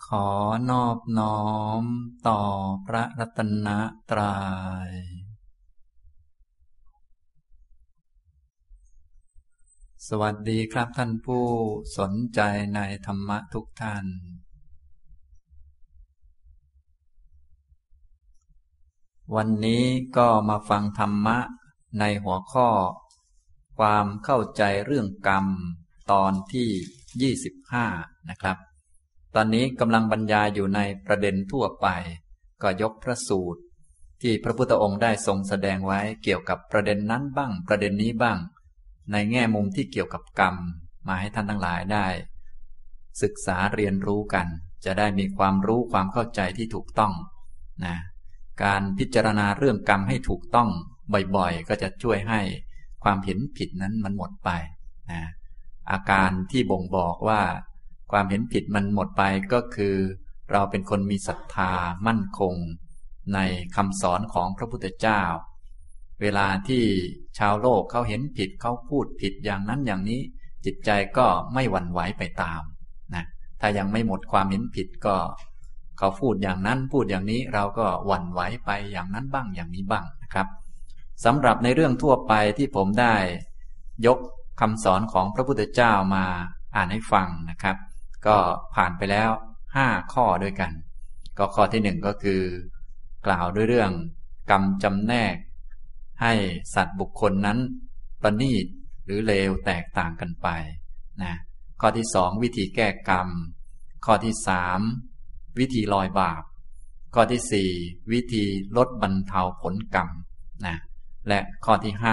ขอนอบน้อมต่อพระรัตนตรัยสวัสดีครับท่านผู้สนใจในธรรมะทุกท่านวันนี้ก็มาฟังธรรมะในหัวข้อความเข้าใจเรื่องกรรมตอนที่25นะครับตอนนี้กำลังบรรยายอยู่ในประเด็นทั่วไปก็ยกพระสูตรที่พระพุทธองค์ได้ทรงแสดงไว้เกี่ยวกับประเด็นนั้นบ้างประเด็นนี้บ้างในแง่มุมที่เกี่ยวกับกรรมมาให้ท่านทั้งหลายได้ศึกษาเรียนรู้กันจะได้มีความรู้ความเข้าใจที่ถูกต้องนะการพิจารณาเรื่องกรรมให้ถูกต้องบ่อยๆก็จะช่วยให้ความเห็นผิดนั้นมันหมดไปนะอาการที่บ่งบอกว่าความเห็นผิดมันหมดไปก็คือเราเป็นคนมีศรัทธามั่นคงในคำสอนของพระพุทธเจ้าเวลาที่ชาวโลกเขาเห็นผิดเขาพูดผิดอย่างนั้นอย่างนี้จิตใจก็ไม่หวั่นไหวไปตามนะถ้ายังไม่หมดความเห็นผิดก็เขาพูดอย่างนั้นพูดอย่างนี้เราก็หวั่นไหวไปอย่างนั้นบ้างอย่างนี้บ้างนะครับสำหรับในเรื่องทั่วไปที่ผมได้ยกคำสอนของพระพุทธเจ้ามาอ่านให้ฟังนะครับก็ผ่านไปแล้ว5ข้อด้วยกันก็ข้อที่1ก็คือกล่าวด้วยเรื่องกรรมจำแนกให้สัตว์บุคคลนั้นประณีตหรือเลวแตกต่างกันไปนะข้อที่2วิธีแก้กรรมข้อที่3วิธีลอยบาปข้อที่4วิธีลดบรรเทาผลกรรมนะและข้อที่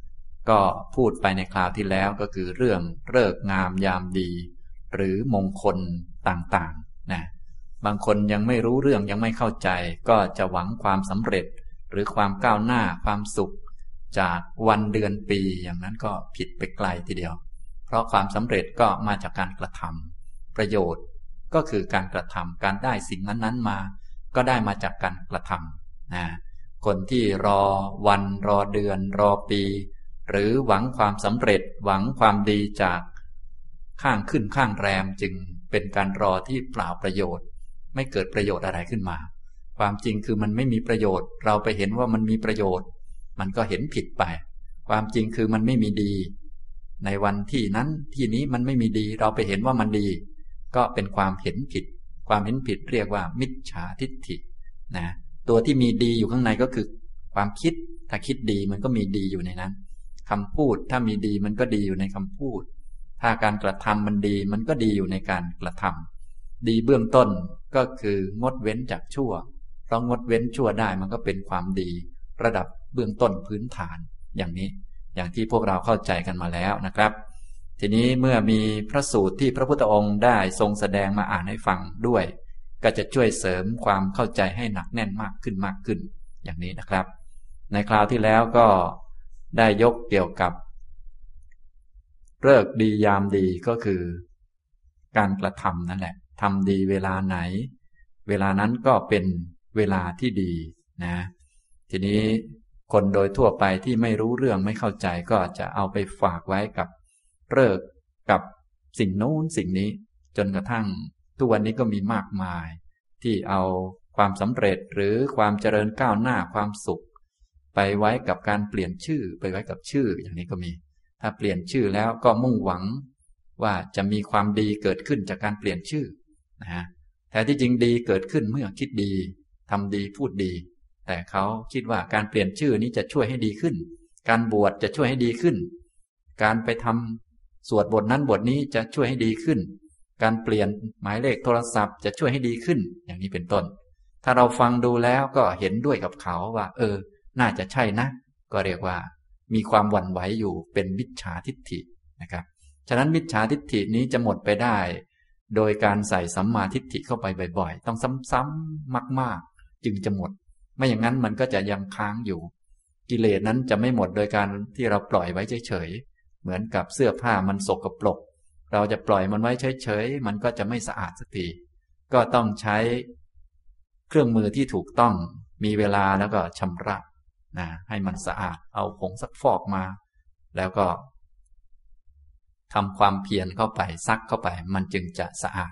5ก็พูดไปในคราวที่แล้วก็คือเรื่องฤกษ์งามยามดีหรือมงคลต่างๆนะบางคนยังไม่รู้เรื่องยังไม่เข้าใจก็จะหวังความสำเร็จหรือความก้าวหน้าความสุขจากวันเดือนปีอย่างนั้นก็ผิดไปไกลทีเดียวเพราะความสำเร็จก็มาจากการกระทำประโยชน์ก็คือการกระทำการได้สิ่งนั้นๆมาก็ได้มาจากการกระทำนะคนที่รอวันรอเดือนรอปีหรือหวังความสำเร็จหวังความดีจากข้างขึ้นข้างแรมจึงเป็นการรอที่เปล่าประโยชน์ไม่เกิดประโยชน์อะไรขึ้นมาความจริงคือมันไม่มีประโยชน์เราไปเห็นว่ามันมีประโยชน์มันก็เห็นผิดไปความจริงคือมันไม่มีดีในวันที่นั้นที่นี้มันไม่มีดีเราไปเห็นว่ามันดีก็เป็นความเห็นผิดความเห็นผิดเรียกว่ามิจฉาทิฏฐินะตัวที่มีดีอยู่ข้างในก็คือความคิดถ้าคิดดีมันก็มีดีอยู่ในนั้นคำพูดถ้ามีดีมันก็ดีอยู่ในคำพูดถ้าการกระทำมันดีมันก็ดีอยู่ในการกระทำดีเบื้องต้นก็คืองดเว้นจากชั่วเพราะงดเว้นชั่วได้มันก็เป็นความดีระดับเบื้องต้นพื้นฐานอย่างนี้อย่างที่พวกเราเข้าใจกันมาแล้วนะครับทีนี้เมื่อมีพระสูตรที่พระพุทธองค์ได้ทรงแสดงมาอ่านให้ฟังด้วยก็จะช่วยเสริมความเข้าใจให้หนักแน่นมากขึ้นอย่างนี้นะครับในคราวที่แล้วก็ได้ยกเกี่ยวกับฤกษ์ดียามดีก็คือการกระทำนั่นแหละทำดีเวลาไหนเวลานั้นก็เป็นเวลาที่ดีนะทีนี้คนโดยทั่วไปที่ไม่รู้เรื่องไม่เข้าใจก็จะเอาไปฝากไว้กับฤกษ์กับสิ่งโน้นสิ่งนี้จนกระทั่งทุกวันนี้ก็มีมากมายที่เอาความสำเร็จหรือความเจริญก้าวหน้าความสุขไปไว้กับการเปลี่ยนชื่อไปไว้กับชื่ออย่างนี้ก็มีถ้าเปลี่ยนชื่อแล้วก็มุ่งหวังว่าจะมีความดีเกิดขึ้นจากการเปลี่ยนชื่อนะฮะแต่ที่จริงดีเกิดขึ้นเมื่อคิดดีทำดีพูดดีแต่เขาคิดว่าการเปลี่ยนชื่อนี้จะช่วยให้ดีขึ้นการบวชจะช่วยให้ดีขึ้นการไปทำสวดบทนั้นบทนี้จะช่วยให้ดีขึ้นการเปลี่ยนหมายเลขโทรศัพท์จะช่วยให้ดีขึ้นอย่างนี้เป็นต้นถ้าเราฟังดูแล้วก็เห็นด้วยกับเขาว่าน่าจะใช่นะก็เรียกว่ามีความหวั่นไหวอยู่เป็นมิจฉาทิฏฐินะครับฉะนั้นมิจฉาทิฏฐินี้จะหมดไปได้โดยการใส่สัมมาทิฏฐิเข้าไปบ่อยๆต้องซ้ำๆมากๆจึงจะหมดไม่อย่างนั้นมันก็จะยังค้างอยู่กิเลสนั้นจะไม่หมดโดยการที่เราปล่อยไว้เฉยๆเหมือนกับเสื้อผ้ามันสกปรกเราจะปล่อยมันไว้เฉยๆมันก็จะไม่สะอาดสักทีก็ต้องใช้เครื่องมือที่ถูกต้องมีเวลาแล้วก็ชำระนะให้มันสะอาดเอาผงซักฟอกมาแล้วก็ทำความเพียรเข้าไปซักเข้าไปมันจึงจะสะอาด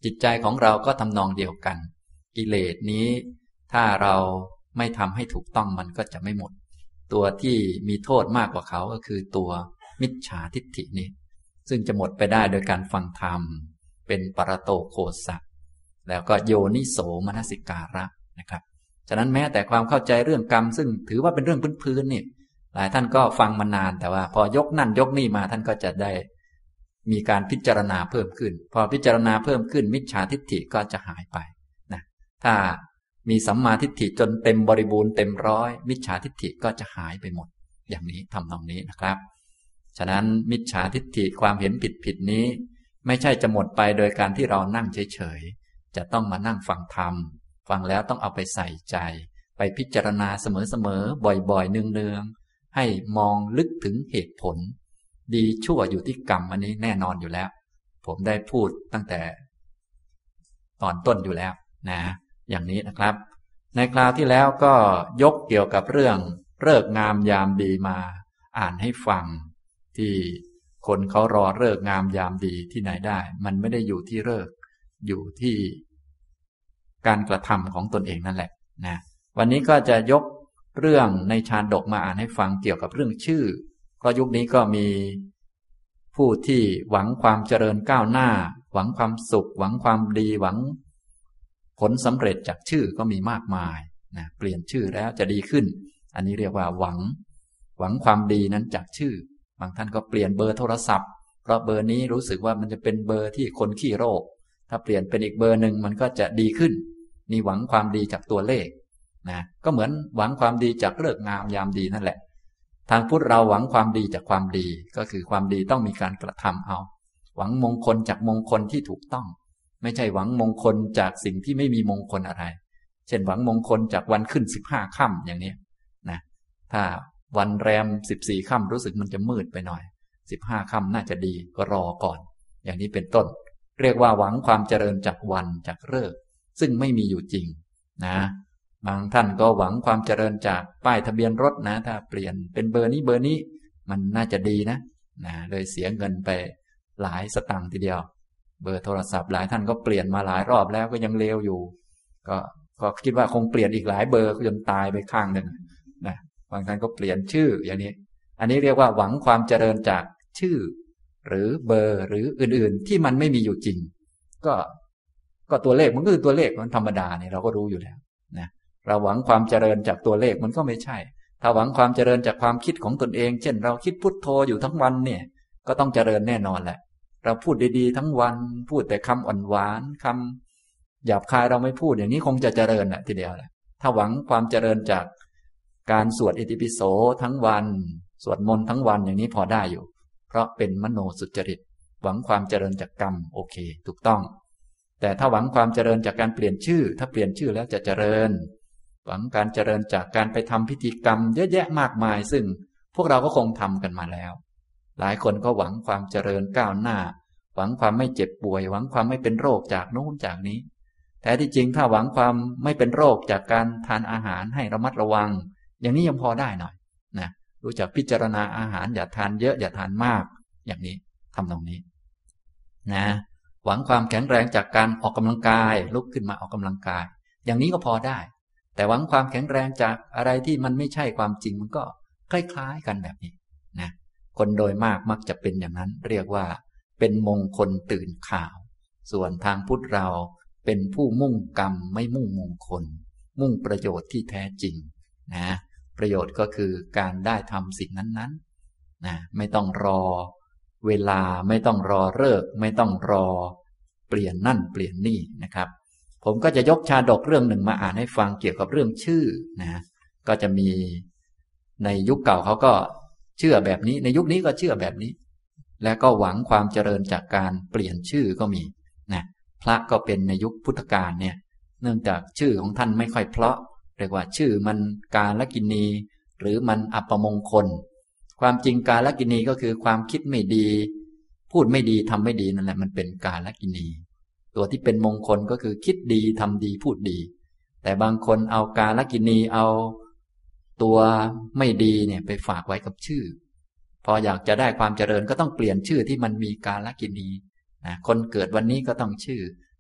จิตใจของเราก็ทำนองเดียวกันกิเลสนี้ถ้าเราไม่ทำให้ถูกต้องมันก็จะไม่หมดตัวที่มีโทษมากกว่าเขาก็คือตัวมิจฉาทิฏฐินี้ซึ่งจะหมดไปได้โดยการฟังธรรมเป็นปรโตโคสะแล้วก็โยนิโสมนสิการะนะครับฉะนั้นแม้แต่ความเข้าใจเรื่องกรรมซึ่งถือว่าเป็นเรื่องพื้นๆเนี่ยหลายท่านก็ฟังมานานแต่ว่าพอยกนั่นยกนี่มาท่านก็จะได้มีการพิจารณาเพิ่มขึ้นพอพิจารณาเพิ่มขึ้นมิจฉาทิฏฐิก็จะหายไปนะถ้ามีสัมมาทิฏฐิจนเต็มบริบูรณ์เต็มร้อยมิจฉาทิฏฐิก็จะหายไปหมดอย่างนี้ทำตรงนี้นะครับฉะนั้นมิจฉาทิฏฐิความเห็นผิดนี้ไม่ใช่จะหมดไปโดยการที่เรานั่งเฉยๆจะต้องมานั่งฟังธรรมฟังแล้วต้องเอาไปใส่ใจไปพิจารณาเสมอๆบ่อยๆเนืองๆให้มองลึกถึงเหตุผลดีชั่วอยู่ที่กรรมอันนี้แน่นอนอยู่แล้วผมได้พูดตั้งแต่ตอนต้นอยู่แล้วนะอย่างนี้นะครับในคราวที่แล้วก็ยกเกี่ยวกับเรื่องฤกษ์งามยามดีมาอ่านให้ฟังที่คนเขารอฤกษ์งามยามดีที่ไหนได้มันไม่ได้อยู่ที่ฤกษ์อยู่ที่การกระทำของตนเองนั่นแหละนะวันนี้ก็จะยกเรื่องในชาดกมาอ่านให้ฟังเกี่ยวกับเรื่องชื่อเพราะยุคนี้ก็มีผู้ที่หวังความเจริญก้าวหน้าหวังความสุขหวังความดีหวังผลสำเร็จจากชื่อก็มีมากมายนะเปลี่ยนชื่อแล้วจะดีขึ้นอันนี้เรียกว่าหวังความดีนั้นจากชื่อบางท่านก็เปลี่ยนเบอร์โทรศัพท์เพราะเบอร์นี้รู้สึกว่ามันจะเป็นเบอร์ที่คนขี้โรคถ้าเปลี่ยนเป็นอีกเบอร์หนึ่งมันก็จะดีขึ้นนี่หวังความดีจากตัวเลขนะก็เหมือนหวังความดีจากฤกษ์งามยามดีนั่นแหละทางพุทธเราหวังความดีจากความดีก็คือความดีต้องมีการกระทำเอาหวังมงคลจากมงคลที่ถูกต้องไม่ใช่หวังมงคลจากสิ่งที่ไม่มีมงคลอะไรเช่นหวังมงคลจากวันขึ้น15 ค่ำอย่างนี้นะถ้าวันแรม14 ค่ำรู้สึกมันจะมืดไปหน่อย15 ค่ำน่าจะดีก็รอก่อนอย่างนี้เป็นต้นเรียกว่าหวังความเจริญจากวันจากฤกษ์ซึ่งไม่มีอยู่จริงนะบางท่านก็หวังความเจริญจากป้ายทะเบียนรถนะถ้าเปลี่ยนเป็นเบอร์นี้มันน่าจะดีนะเลยเสียเงินไปหลายสตังค์ทีเดียวเบอร์โทรศัพท์หลายท่านก็เปลี่ยนมาหลายรอบแล้วก็ยังเลวอยู่ก็คิดว่าคงเปลี่ยนอีกหลายเบอร์จนตายไปข้างหนึ่งนะบางท่านก็เปลี่ยนชื่ออย่างนี้อันนี้เรียกว่าหวังความเจริญจากชื่อหรือเบอร์หรืออื่นๆที่มันไม่มีอยู่จริงก็ตัวเลขมันก็คือตัวเลขมันธรรมดาเนี่ยเราก็รู้อยู่แล้วนะเราหวังความเจริญจากตัวเลขมันก็ไม่ใช่ถ้าหวังความเจริญจากความคิดของตนเองเช่นเราคิดพุทโธอยู่ทั้งวันเนี่ยก็ต้องเจริญแน่นอนแหละเราพูดดีๆทั้งวันพูดแต่คำอ่อนหวานคำหยาบคายเราไม่พูดอย่างนี้คงจะเจริญแหละทีเดียวแหละถ้าหวังความเจริญจากการสวดอิติปิโสทั้งวันสวดมนต์ทั้งวันอย่างนี้พอได้อยู่เพราะเป็นมโนสุจริตหวังความเจริญจากกรรมโอเคถูกต้องแต่ถ้าหวังความเจริญจากการเปลี่ยนชื่อถ้าเปลี่ยนชื่อแล้วจะเจริญหวังการเจริญจากการไปทำพิธีกรรมเยอะแยะมากมายซึ่งพวกเราก็คงทำกันมาแล้วหลายคนก็หวังความเจริญก้าวหน้าหวังความไม่เจ็บป่วยหวังความไม่เป็นโรคจากโน้นจากนี้แต่ที่จริงถ้าหวังความไม่เป็นโรคจากการทานอาหารให้ระมัดระวังอย่างนี้ยังพอได้หน่อยนะรู้จักพิจารณาอาหารอย่าทานเยอะอย่าทานมากอย่างนี้ทำตรงนี้นะหวังความแข็งแรงจากการออกกำลังกายลุกขึ้นมาออกกำลังกายอย่างนี้ก็พอได้แต่หวังความแข็งแรงจากอะไรที่มันไม่ใช่ความจริงมันก็คล้ายๆกันแบบนี้นะคนโดยมากมักจะเป็นอย่างนั้นเรียกว่าเป็นมงคลตื่นข่าวส่วนทางพุทธเราเป็นผู้มุ่งกรรมไม่มุ่งมงคลมุ่งประโยชน์ที่แท้จริงนะประโยชน์ก็คือการได้ทำสิ่งนั้นๆนะไม่ต้องรอเวลาไม่ต้องรอฤกษ์ไม่ต้องรอเปลี่ยนนั่นเปลี่ยนนี่นะครับผมก็จะยกชาดกเรื่องหนึ่งมาอ่านให้ฟังเกี่ยวกับเรื่องชื่อนะก็จะมีในยุคเก่าเขาก็เชื่อแบบนี้ในยุคนี้ก็เชื่อแบบนี้และก็หวังความเจริญจากการเปลี่ยนชื่อก็มีนะพระก็เป็นในยุคพุทธกาลเนี่ยเนื่องจากชื่อของท่านไม่ค่อยเพราะเรียกว่าชื่อมันกาลกิณีหรือมันอัปมงคลความจริงกาลกิณีก็คือความคิดไม่ดีพูดไม่ดีทำไม่ดีนั่นแหละมันเป็นกาลกิณีตัวที่เป็นมงคลก็คือคิดดีทำดีพูดดีแต่บางคนเอากาลกิณีเอาตัวไม่ดีเนี่ยไปฝากไว้กับชื่อพออยากจะได้ความเจริญก็ต้องเปลี่ยนชื่อที่มันมีกาลกิณีนะคนเกิดวันนี้ก็ต้องชื่อ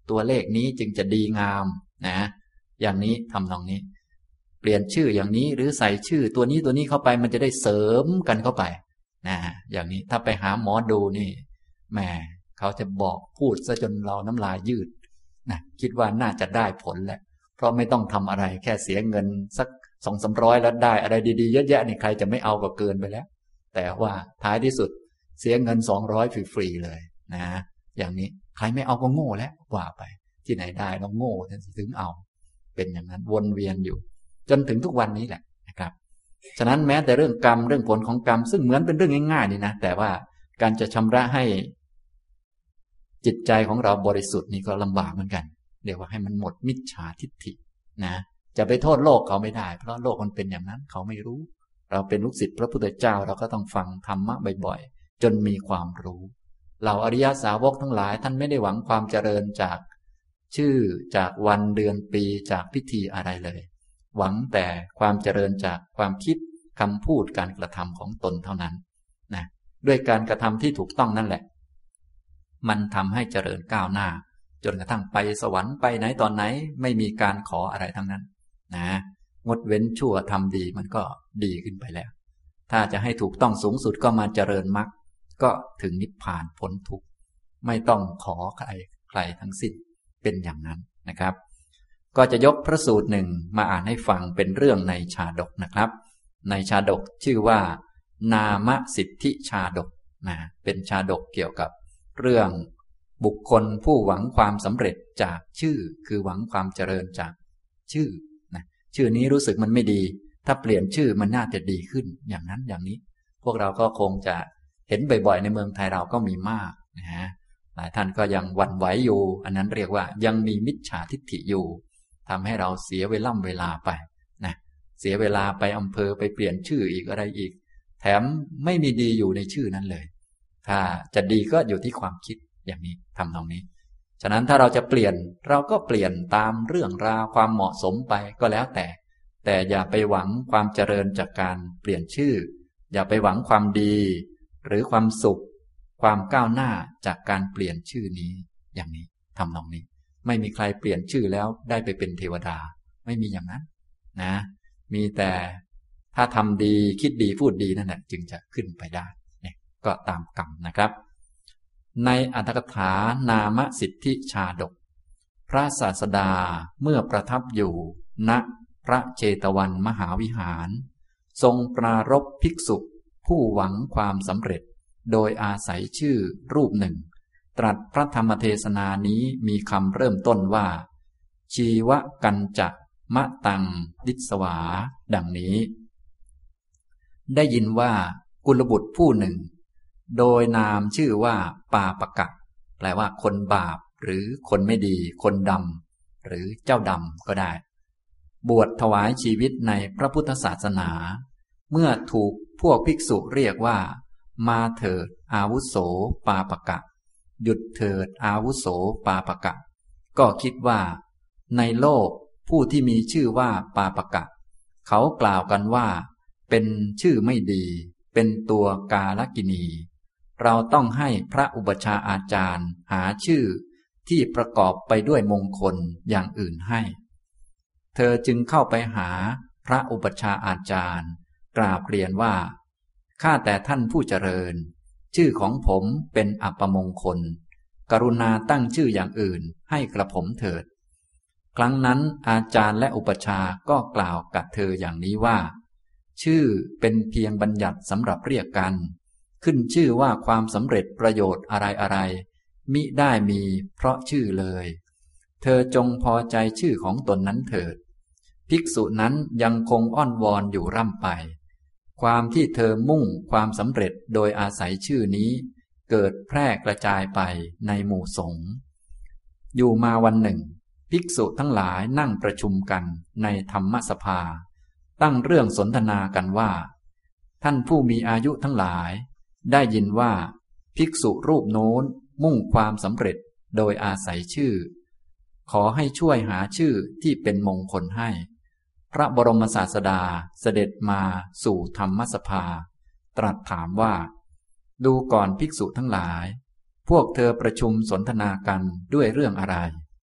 ตัวเลขนี้จึงจะดีงามนะอย่างนี้ทำตรงนี้เปลี่ยนชื่ออย่างนี้หรือใส่ชื่อตัวนี้เข้าไปมันจะได้เสริมกันเข้าไปนะอย่างนี้ถ้าไปหาหมอดูนี่แหมเขาจะบอกพูดซะจนเราน้ำลายยืดนะคิดว่าน่าจะได้ผลแหละเพราะไม่ต้องทำอะไรแค่เสียเงินสัก200-300แล้วได้อะไรดีๆเยอะแยะนี่ใครจะไม่เอาก็เกินไปแล้วแต่ว่าท้ายที่สุดเสียเงิน200ฟรีๆเลยนะอย่างนี้ใครไม่เอาก็โง่แล้วว่าไปที่ไหนได้ต้องโง่ถึงเอาเป็นอย่างนั้นวนเวียนอยู่จนถึงทุกวันนี้แหละนะครับฉะนั้นแม้แต่เรื่องกรรมเรื่องผลของกรรมซึ่งเหมือนเป็นเรื่องง่ายๆนี่นะแต่ว่าการจะชำระให้จิตใจของเราบริสุทธิ์นี่ก็ลำบากเหมือนกันเรียกว่าให้มันหมดมิจฉาทิฏฐินะจะไปโทษโลกเขาไม่ได้เพราะโลกมันเป็นอย่างนั้นเขาไม่รู้เราเป็นลูกศิษย์พระพุทธเจ้าเราก็ต้องฟังธรรมะบ่อยๆจนมีความรู้เหล่าอริยสาวกทั้งหลายท่านไม่ได้หวังความเจริญจากชื่อจากวันเดือนปีจากพิธีอะไรเลยหวังแต่ความเจริญจากความคิดคำพูดการกระทำของตนเท่านั้นนะด้วยการกระทำที่ถูกต้องนั่นแหละมันทำให้เจริญก้าวหน้าจนกระทั่งไปสวรรค์ไปไหนตอนไหนไม่มีการขออะไรทั้งนั้นนะงดเว้นชั่วทำดีมันก็ดีขึ้นไปแล้วถ้าจะให้ถูกต้องสูงสุดก็มาเจริญมรรคก็ถึงนิพพานพ้นทุกข์ไม่ต้องขอใครทั้งสิ้นเป็นอย่างนั้นนะครับก็จะยกพระสูตรหนึ่งมาอ่านให้ฟังเป็นเรื่องในชาดกนะครับในชาดกชื่อว่านามสิทธิชาดกนะเป็นชาดกเกี่ยวกับเรื่องบุคคลผู้หวังความสำเร็จจากชื่อคือหวังความเจริญจากชื่อนะชื่อนี้รู้สึกมันไม่ดีถ้าเปลี่ยนชื่อมันน่าจะดีขึ้นอย่างนั้นอย่างนี้พวกเราก็คงจะเห็นบ่อยๆในเมืองไทยเราก็มีมากนะฮะหลายท่านก็ยังหวั่นไหวอยู่อันนั้นเรียกว่ายังมีมิจฉาทิฏฐิอยู่ทำให้เราเสียเวลาไปนะเสียเวลาไปอำเภอไปเปลี่ยนชื่ออีกอะไรอีกแถมไม่มีดีอยู่ในชื่อนั้นเลยถ้าจะดีก็อยู่ที่ความคิดอย่างนี้ทำตรงนี้ฉะนั้นถ้าเราจะเปลี่ยนเราก็เปลี่ยนตามเรื่องราวความเหมาะสมไปก็แล้วแต่อย่าไปหวังความเจริญจากการเปลี่ยนชื่ออย่าไปหวังความดีหรือความสุขความก้าวหน้าจากการเปลี่ยนชื่อนี้อย่างนี้ทำตรงนี้ไม่มีใครเปลี่ยนชื่อแล้วได้ไปเป็นเทวดาไม่มีอย่างนั้นนะมีแต่ถ้าทำดีคิดดีพูดดีนั่นแหละจึงจะขึ้นไปได้เนี่ยก็ตามกรรมนะครับในอรรถกถานามสิทธิชาดกพระศาสดาเมื่อประทับอยู่ณพระเชตวันมหาวิหารทรงปรารภภิกษุผู้หวังความสำเร็จโดยอาศัยชื่อรูปหนึ่งตรัสพระธรรมเทศนานี้มีคำเริ่มต้นว่าชีวกัญจมะตังดิสวาดังนี้ได้ยินว่ากุลบุตรผู้หนึ่งโดยนามชื่อว่าปาปกะแปลว่าคนบาปหรือคนไม่ดีคนดำหรือเจ้าดำก็ได้บวชถวายชีวิตในพระพุทธศาสนาเมื่อถูกพวกภิกษุเรียกว่ามาเถิดอาวุโสปาปกะหยุดเถิดอาวุโสปาปกะก็คิดว่าในโลกผู้ที่มีชื่อว่าปาปกะเขากล่าวกันว่าเป็นชื่อไม่ดีเป็นตัวกาลกิณีเราต้องให้พระอุปัชฌาย์อาจารย์หาชื่อที่ประกอบไปด้วยมงคลอย่างอื่นให้เธอจึงเข้าไปหาพระอุปัชฌาย์อาจารย์กราบเรียนว่าข้าแต่ท่านผู้เจริญชื่อของผมเป็นอัปมงคลกรุณาตั้งชื่ออย่างอื่นให้กระผมเถิดครั้งนั้นอาจารย์และอุปัชฌาย์ก็กล่าวกับเธออย่างนี้ว่าชื่อเป็นเพียงบัญญัติสำหรับเรียกกันขึ้นชื่อว่าความสำเร็จประโยชน์อะไรมิได้มีเพราะชื่อเลยเธอจงพอใจชื่อของตนนั้นเถิดภิกษุนั้นยังคงอ้อนวอนอยู่ร่ำไปความที่เธอมุ่งความสำเร็จโดยอาศัยชื่อนี้เกิดแพร่กระจายไปในหมู่สงฆ์อยู่มาวันหนึ่งภิกษุทั้งหลายนั่งประชุมกันในธรรมสภาตั้งเรื่องสนทนากันว่าท่านผู้มีอายุทั้งหลายได้ยินว่าภิกษุรูปโน้นมุ่งความสำเร็จโดยอาศัยชื่อขอให้ช่วยหาชื่อที่เป็นมงคลให้พระบรมศาสดาเสด็จมาสู่ธรรมสภาตรัสถามว่าดูก่อนภิกษุทั้งหลายพวกเธอประชุมสนทนากันด้วยเรื่องอะไร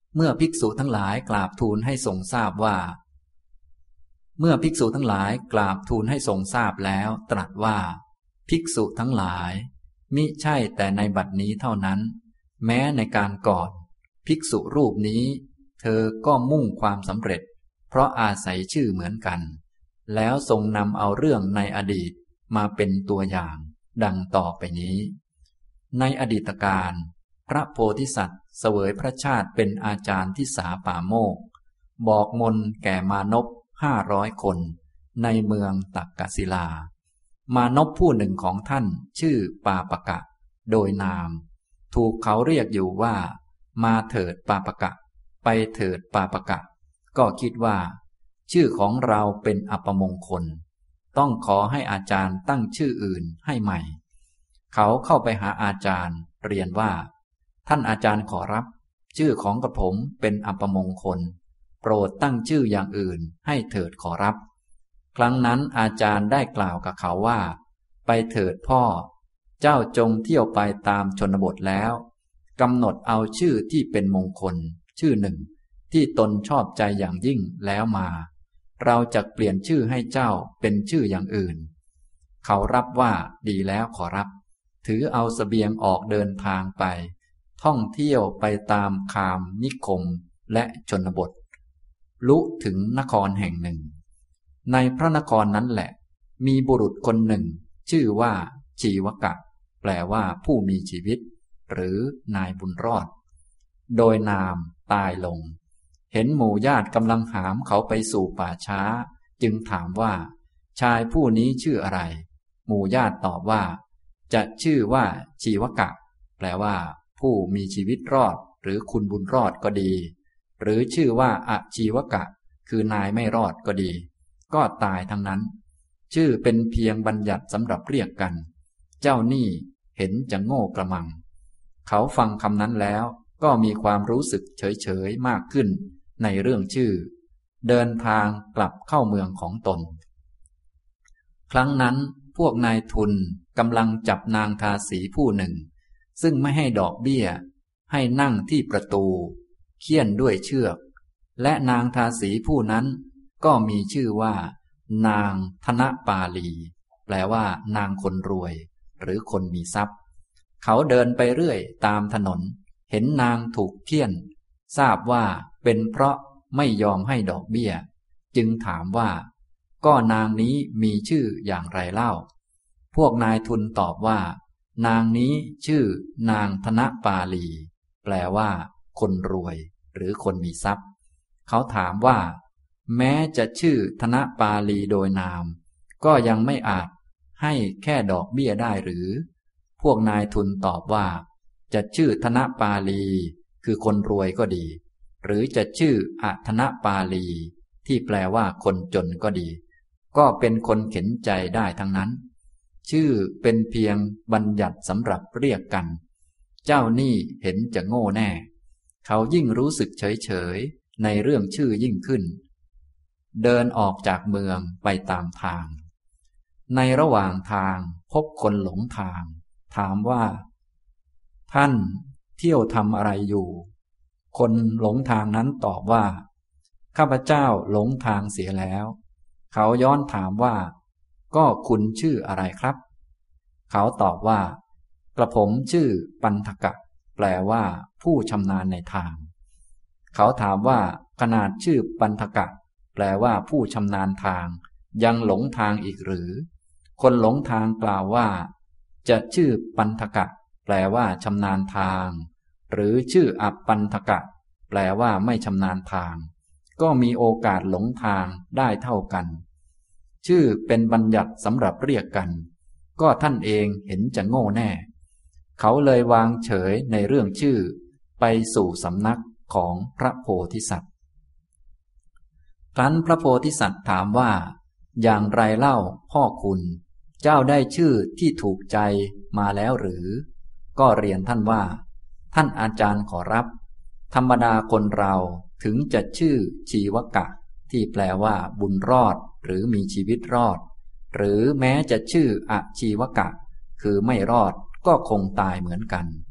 เมื่อภิกษุทั้งหลายกราบทูลให้ทรงทราบว่าเมื่อภิกษุทั้งหลายกราบทูลให้ทรงทราบแล้วตรัสว่าภิกษุทั้งหลายมิใช่แต่ในบัดนี้เท่านั้นแม้ในการก่อนภิกษุรูปนี้เธอก็มุ่งความสำเร็จเพราะอาศัยชื่อเหมือนกันแล้วทรงนำเอาเรื่องในอดีตมาเป็นตัวอย่างดังต่อไปนี้ในอดีตการพระโพธิสัตว์เสวยพระชาติเป็นอาจารย์ที่สาป่าโมกบอกมนต์แก่มานพ500 คนในเมืองตักกศิลามานพผู้หนึ่งของท่านชื่อปาปกะโดยนามถูกเขาเรียกอยู่ว่ามาเถิดปาปกะไปเถิดปาปกะก็คิดว่าชื่อของเราเป็นอัปมงคลต้องขอให้อาจารย์ตั้งชื่ออื่นให้ใหม่เขาเข้าไปหาอาจารย์เรียนว่าท่านอาจารย์ขอรับชื่อของกระผมเป็นอัปมงคลโปรดตั้งชื่ออย่างอื่นให้เถิดขอรับครั้งนั้นอาจารย์ได้กล่าวกับเขาว่าไปเถิดพ่อเจ้าจงเที่ยวไปตามชนบทแล้วกำหนดเอาชื่อที่เป็นมงคลชื่อหนึ่งที่ตนชอบใจอย่างยิ่งแล้วมาเราจะเปลี่ยนชื่อให้เจ้าเป็นชื่ออย่างอื่นเขารับว่าดีแล้วขอรับถือเอาเสบียงออกเดินทางไปท่องเที่ยวไปตามคามนิคมและชนบทลุถึงนครแห่งหนึ่งในพระนครนั้นแหละมีบุรุษคนหนึ่งชื่อว่าชีวกะแปลว่าผู้มีชีวิตหรือนายบุญรอดโดยนามตายลงเห็นหมู่ญาติกำลังหามเขาไปสู่ป่าช้าจึงถามว่าชายผู้นี้ชื่ออะไรหมู่ญาติตอบว่าจะชื่อว่าชีวกะแปลว่าผู้มีชีวิตรอดหรือคุณบุญรอดก็ดีหรือชื่อว่าอชีวกะคือนายไม่รอดก็ดีก็ตายทั้งนั้นชื่อเป็นเพียงบัญญัติสำหรับเรียกกันเจ้านี่เห็นจะโง่กระมังเขาฟังคำนั้นแล้วก็มีความรู้สึกเฉยๆมากขึ้นในเรื่องชื่อเดินทางกลับเข้าเมืองของตนครั้งนั้นพวกนายทุนกำลังจับนางทาสีผู้หนึ่งซึ่งไม่ให้ดอกเบี้ยให้นั่งที่ประตูเฆี่ยนด้วยเชือกและนางทาสีผู้นั้นก็มีชื่อว่านางธนปาลีแปลว่านางคนรวยหรือคนมีทรัพย์เขาเดินไปเรื่อยตามถนนเห็นนางถูกเฆี่ยนทราบว่าเป็นเพราะไม่ยอมให้ดอกเบี้ยจึงถามว่าก็นางนี้มีชื่ออย่างไรเล่าพวกนายทุนตอบว่านางนี้ชื่อนางธนปาลีแปลว่าคนรวยหรือคนมีทรัพย์เขาถามว่าแม้จะชื่อธนปาลีโดยนามก็ยังไม่อาจให้แค่ดอกเบี้ยได้หรือพวกนายทุนตอบว่าจะชื่อธนปาลีคือคนรวยก็ดีหรือจะชื่ออธนปาลีที่แปลว่าคนจนก็ดีก็เป็นคนเข็นใจได้ทั้งนั้นชื่อเป็นเพียงบัญญัติสำหรับเรียกกันเจ้านี่เห็นจะโง่แน่เขายิ่งรู้สึกเฉยๆในเรื่องชื่อยิ่งขึ้นเดินออกจากเมืองไปตามทางในระหว่างทางพบคนหลงทางถามว่าท่านเที่ยวทำอะไรอยู่คนหลงทางนั้นตอบว่าข้าพเจ้าหลงทางเสียแล้วเขาย้อนถามว่าก็คุณชื่ออะไรครับเขาตอบว่ากระผมชื่อปันทกะแปลว่าผู้ชำนาญในทางเขาถามว่าขนาดชื่อปันทกะแปลว่าผู้ชำนาญทางยังหลงทางอีกหรือคนหลงทางกล่าวว่าจะชื่อปันทกะแปลว่าชำนาญทางหรือชื่ออัปปันทกะแปลว่าไม่ชำนาญทางก็มีโอกาสหลงทางได้เท่ากันชื่อเป็นบัญญัติสำหรับเรียกกันก็ท่านเองเห็นจะโง่แน่เขาเลยวางเฉยในเรื่องชื่อไปสู่สำนักของพระโพธิสัตว์ครั้นพระโพธิสัตว์ถามว่าอย่างไรเล่าพ่อคุณเจ้าได้ชื่อที่ถูกใจมาแล้วหรือก็เรียนท่านว่าท่านอาจารย์ขอรับธรรมดาคนเราถึงจะชื่อชีวกะที่แปลว่าบุญรอดหรือมีชีวิตรอดหรือแม้จะชื่ออชีวกะคือไม่รอดก็คงตายเหมือนกัน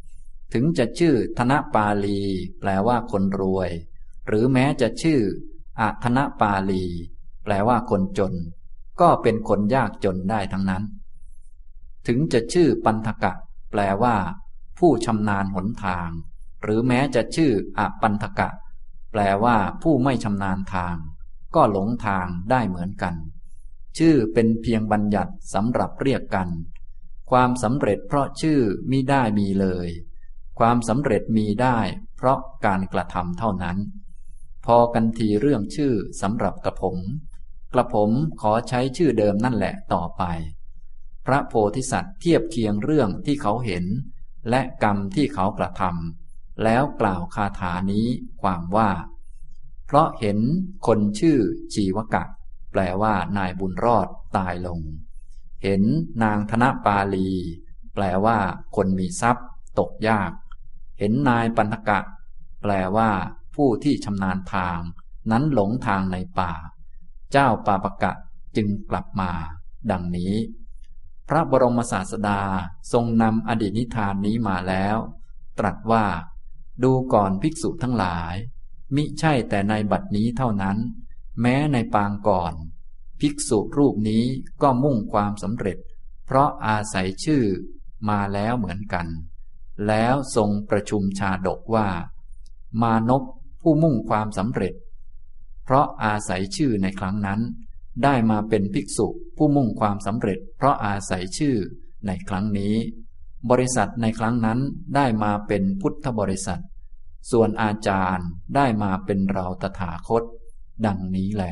ถึงจะชื่อธนปาลีแปลว่าคนรวยหรือแม้จะชื่ออธนปาลีแปลว่าคนจนก็เป็นคนยากจนได้ทั้งนั้นถึงจะชื่อปันธกะแปลว่าผู้ชำนาญหนทางหรือแม้จะชื่ออปันธกะแปลว่าผู้ไม่ชำนาญทางก็หลงทางได้เหมือนกันชื่อเป็นเพียงบัญญัติสำหรับเรียกกันความสำเร็จเพราะชื่อมิได้มีเลยความสำเร็จมีได้เพราะการกระทำเท่านั้นพอกันทีเรื่องชื่อสำหรับกระผมขอใช้ชื่อเดิมนั่นแหละต่อไปพระโพธิสัตว์เทียบเคียงเรื่องที่เขาเห็นและกรรมที่เขากระทำแล้วกล่าวคาถานี้ความว่าเพราะเห็นคนชื่อชีวกะแปลว่านายบุญรอดตายลงเห็นนางธนปาลีแปลว่าคนมีทรัพย์ตกยากเห็นนายปันธกะแปลว่าผู้ที่ชำนาญทางนั้นหลงทางในป่าเจ้าปาปกะจึงกลับมาดังนี้พระบรมศาสดาทรงนำอดีตนิทานนี้มาแล้วตรัสว่าดูก่อนภิกษุทั้งหลายมิใช่แต่ในบัดนี้เท่านั้นแม้ในปางก่อนภิกษุรูปนี้ก็มุ่งความสำเร็จเพราะอาศัยชื่อมาแล้วเหมือนกันแล้วทรงประชุมชาดกว่ามานพผู้มุ่งความสำเร็จเพราะอาศัยชื่อในครั้งนั้นได้มาเป็นภิกษุผู้มุ่งความสำเร็จเพราะอาศัยชื่อในครั้งนี้บริษัทในครั้งนั้นได้มาเป็นพุทธบริษัทส่วนอาจารย์ได้มาเป็นเราตถาคตดังนี้แล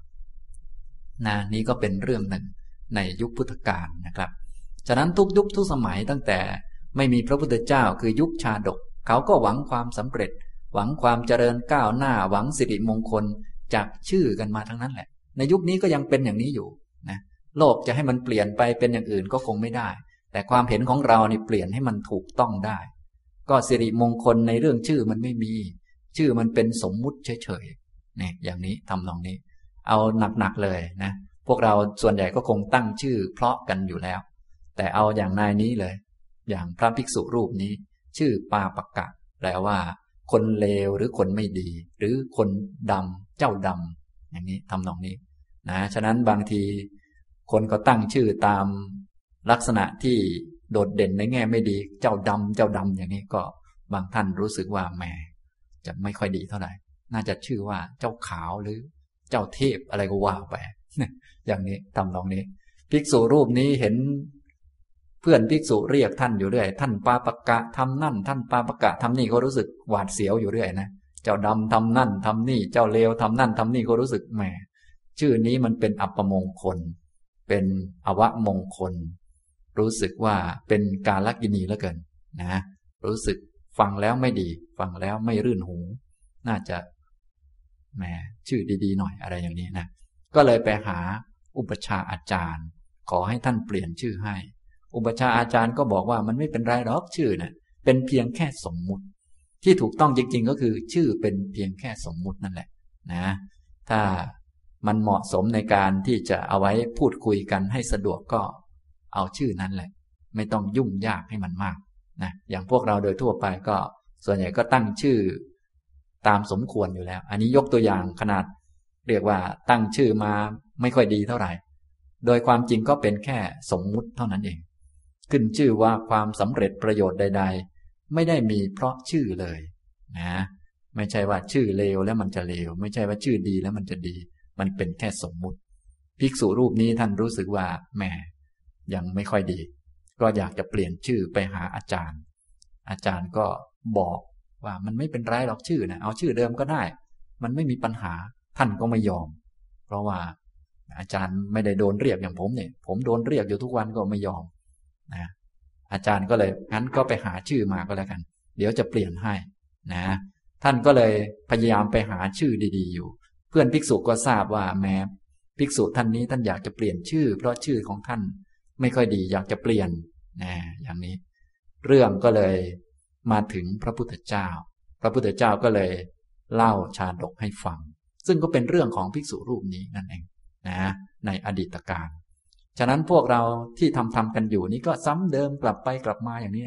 นี้ก็เป็นเรื่องหนึ่งในยุคพุทธกาลนะครับฉะนั้นทุกยุคทุกสมัยตั้งแต่ไม่มีพระพุทธเจ้าคือยุคชาดกเขาก็หวังความสำเร็จหวังความเจริญก้าวหน้าหวังสิริมงคลจากชื่อกันมาทั้งนั้นแหละในยุคนี้ก็ยังเป็นอย่างนี้อยู่นะโลกจะให้มันเปลี่ยนไปเป็นอย่างอื่นก็คงไม่ได้แต่ความเห็นของเรานี่เปลี่ยนให้มันถูกต้องได้ก็สิริมงคลในเรื่องชื่อมันไม่มีชื่อมันเป็นสมมุติเฉยๆเนี่ยอย่างนี้ทำนองนี้เอาหนักๆเลยนะพวกเราส่วนใหญ่ก็คงตั้งชื่อเพราะกันอยู่แล้วแต่เอาอย่างนายนี้เลยอย่างพระภิกษุรูปนี้ชื่อปาปกะแปลว่าคนเลวหรือคนไม่ดีหรือคนดำเจ้าดำอย่างนี้ทำนองนี้นะฉะนั้นบางทีคนก็ตั้งชื่อตามลักษณะที่โดดเด่นในแง่ไม่ดีเจ้าดำอย่างนี้ก็บางท่านรู้สึกว่าแหมจะไม่ค่อยดีเท่าไหร่น่าจะชื่อว่าเจ้าขาวหรือเจ้าเทพอะไรก็ว่าไปอย่างนี้ทำนองนี้ภิกษุรูปนี้เห็นเพื่อนภิกษุเรียกท่านอยู่เรื่อยท่านปาปกะทำนั่นท่านปาปกะทำนี่ก็รู้สึกหวาดเสียวอยู่เรื่อยนะเจ้าดำทำนั่นทำนี่เจ้าเลวทำนั่นทำนี่ก็รู้สึกแหมชื่อนี้มันเป็นอัปมงคลเป็นอวมงคลรู้สึกว่าเป็นกาลกิณีเหลือเกินนะรู้สึกฟังแล้วไม่ดีฟังแล้วไม่รื่นหูน่าจะแหมชื่อดีๆหน่อยอะไรอย่างนี้นะก็เลยไปหาอุปชาอาจารย์ขอให้ท่านเปลี่ยนชื่อให้อุปชาอาจารย์ก็บอกว่ามันไม่เป็นไรหรอกชื่อนะเป็นเพียงแค่สมมุติที่ถูกต้องจริงๆก็คือชื่อเป็นเพียงแค่สมมุตินั่นแหละนะถ้ามันเหมาะสมในการที่จะเอาไว้พูดคุยกันให้สะดวกก็เอาชื่อนั้นแหละไม่ต้องยุ่งยากให้มันมากนะอย่างพวกเราโดยทั่วไปก็ส่วนใหญ่ก็ตั้งชื่อตามสมควรอยู่แล้วอันนี้ยกตัวอย่างขนาดเรียกว่าตั้งชื่อมาไม่ค่อยดีเท่าไหร่โดยความจริงก็เป็นแค่สมมุติเท่านั้นเองขึ้นชื่อว่าความสำเร็จประโยชน์ใดๆไม่ได้มีเพราะชื่อเลยนะไม่ใช่ว่าชื่อเลวแล้วมันจะเลวไม่ใช่ว่าชื่อดีแล้วมันจะดีมันเป็นแค่สมมุติภิกษุรูปนี้ท่านรู้สึกว่าแหมยังไม่ค่อยดีก็อยากจะเปลี่ยนชื่อไปหาอาจารย์อาจารย์ก็บอกว่ามันไม่เป็นไรหรอกชื่อนะเอาชื่อเดิมก็ได้มันไม่มีปัญหาท่านก็ไม่ยอมเพราะว่าอาจารย์ไม่ได้โดนเรียกอย่างผมเนี่ยผมโดนเรียกอยู่ทุกวันก็ไม่ยอมนะอาจารย์ก็เลยงั้นก็ไปหาชื่อมาก็แล้วกันเดี๋ยวจะเปลี่ยนให้นะท่านก็เลยพยายามไปหาชื่อดีๆอยู่เพื่อนภิกษุก็ทราบว่าแม้ภิกษุท่านนี้ท่านอยากจะเปลี่ยนชื่อเพราะชื่อของท่านไม่ค่อยดีอยากจะเปลี่ยนนะอย่างนี้เรื่องก็เลยมาถึงพระพุทธเจ้าพระพุทธเจ้าก็เลยเล่าชาดกให้ฟังซึ่งก็เป็นเรื่องของภิกษุรูปนี้นั่นเองนะในอดีตกาลฉะนั้นพวกเราที่ทำกันอยู่นี้ก็ซ้ำเดิมกลับไปกลับมาอย่างนี้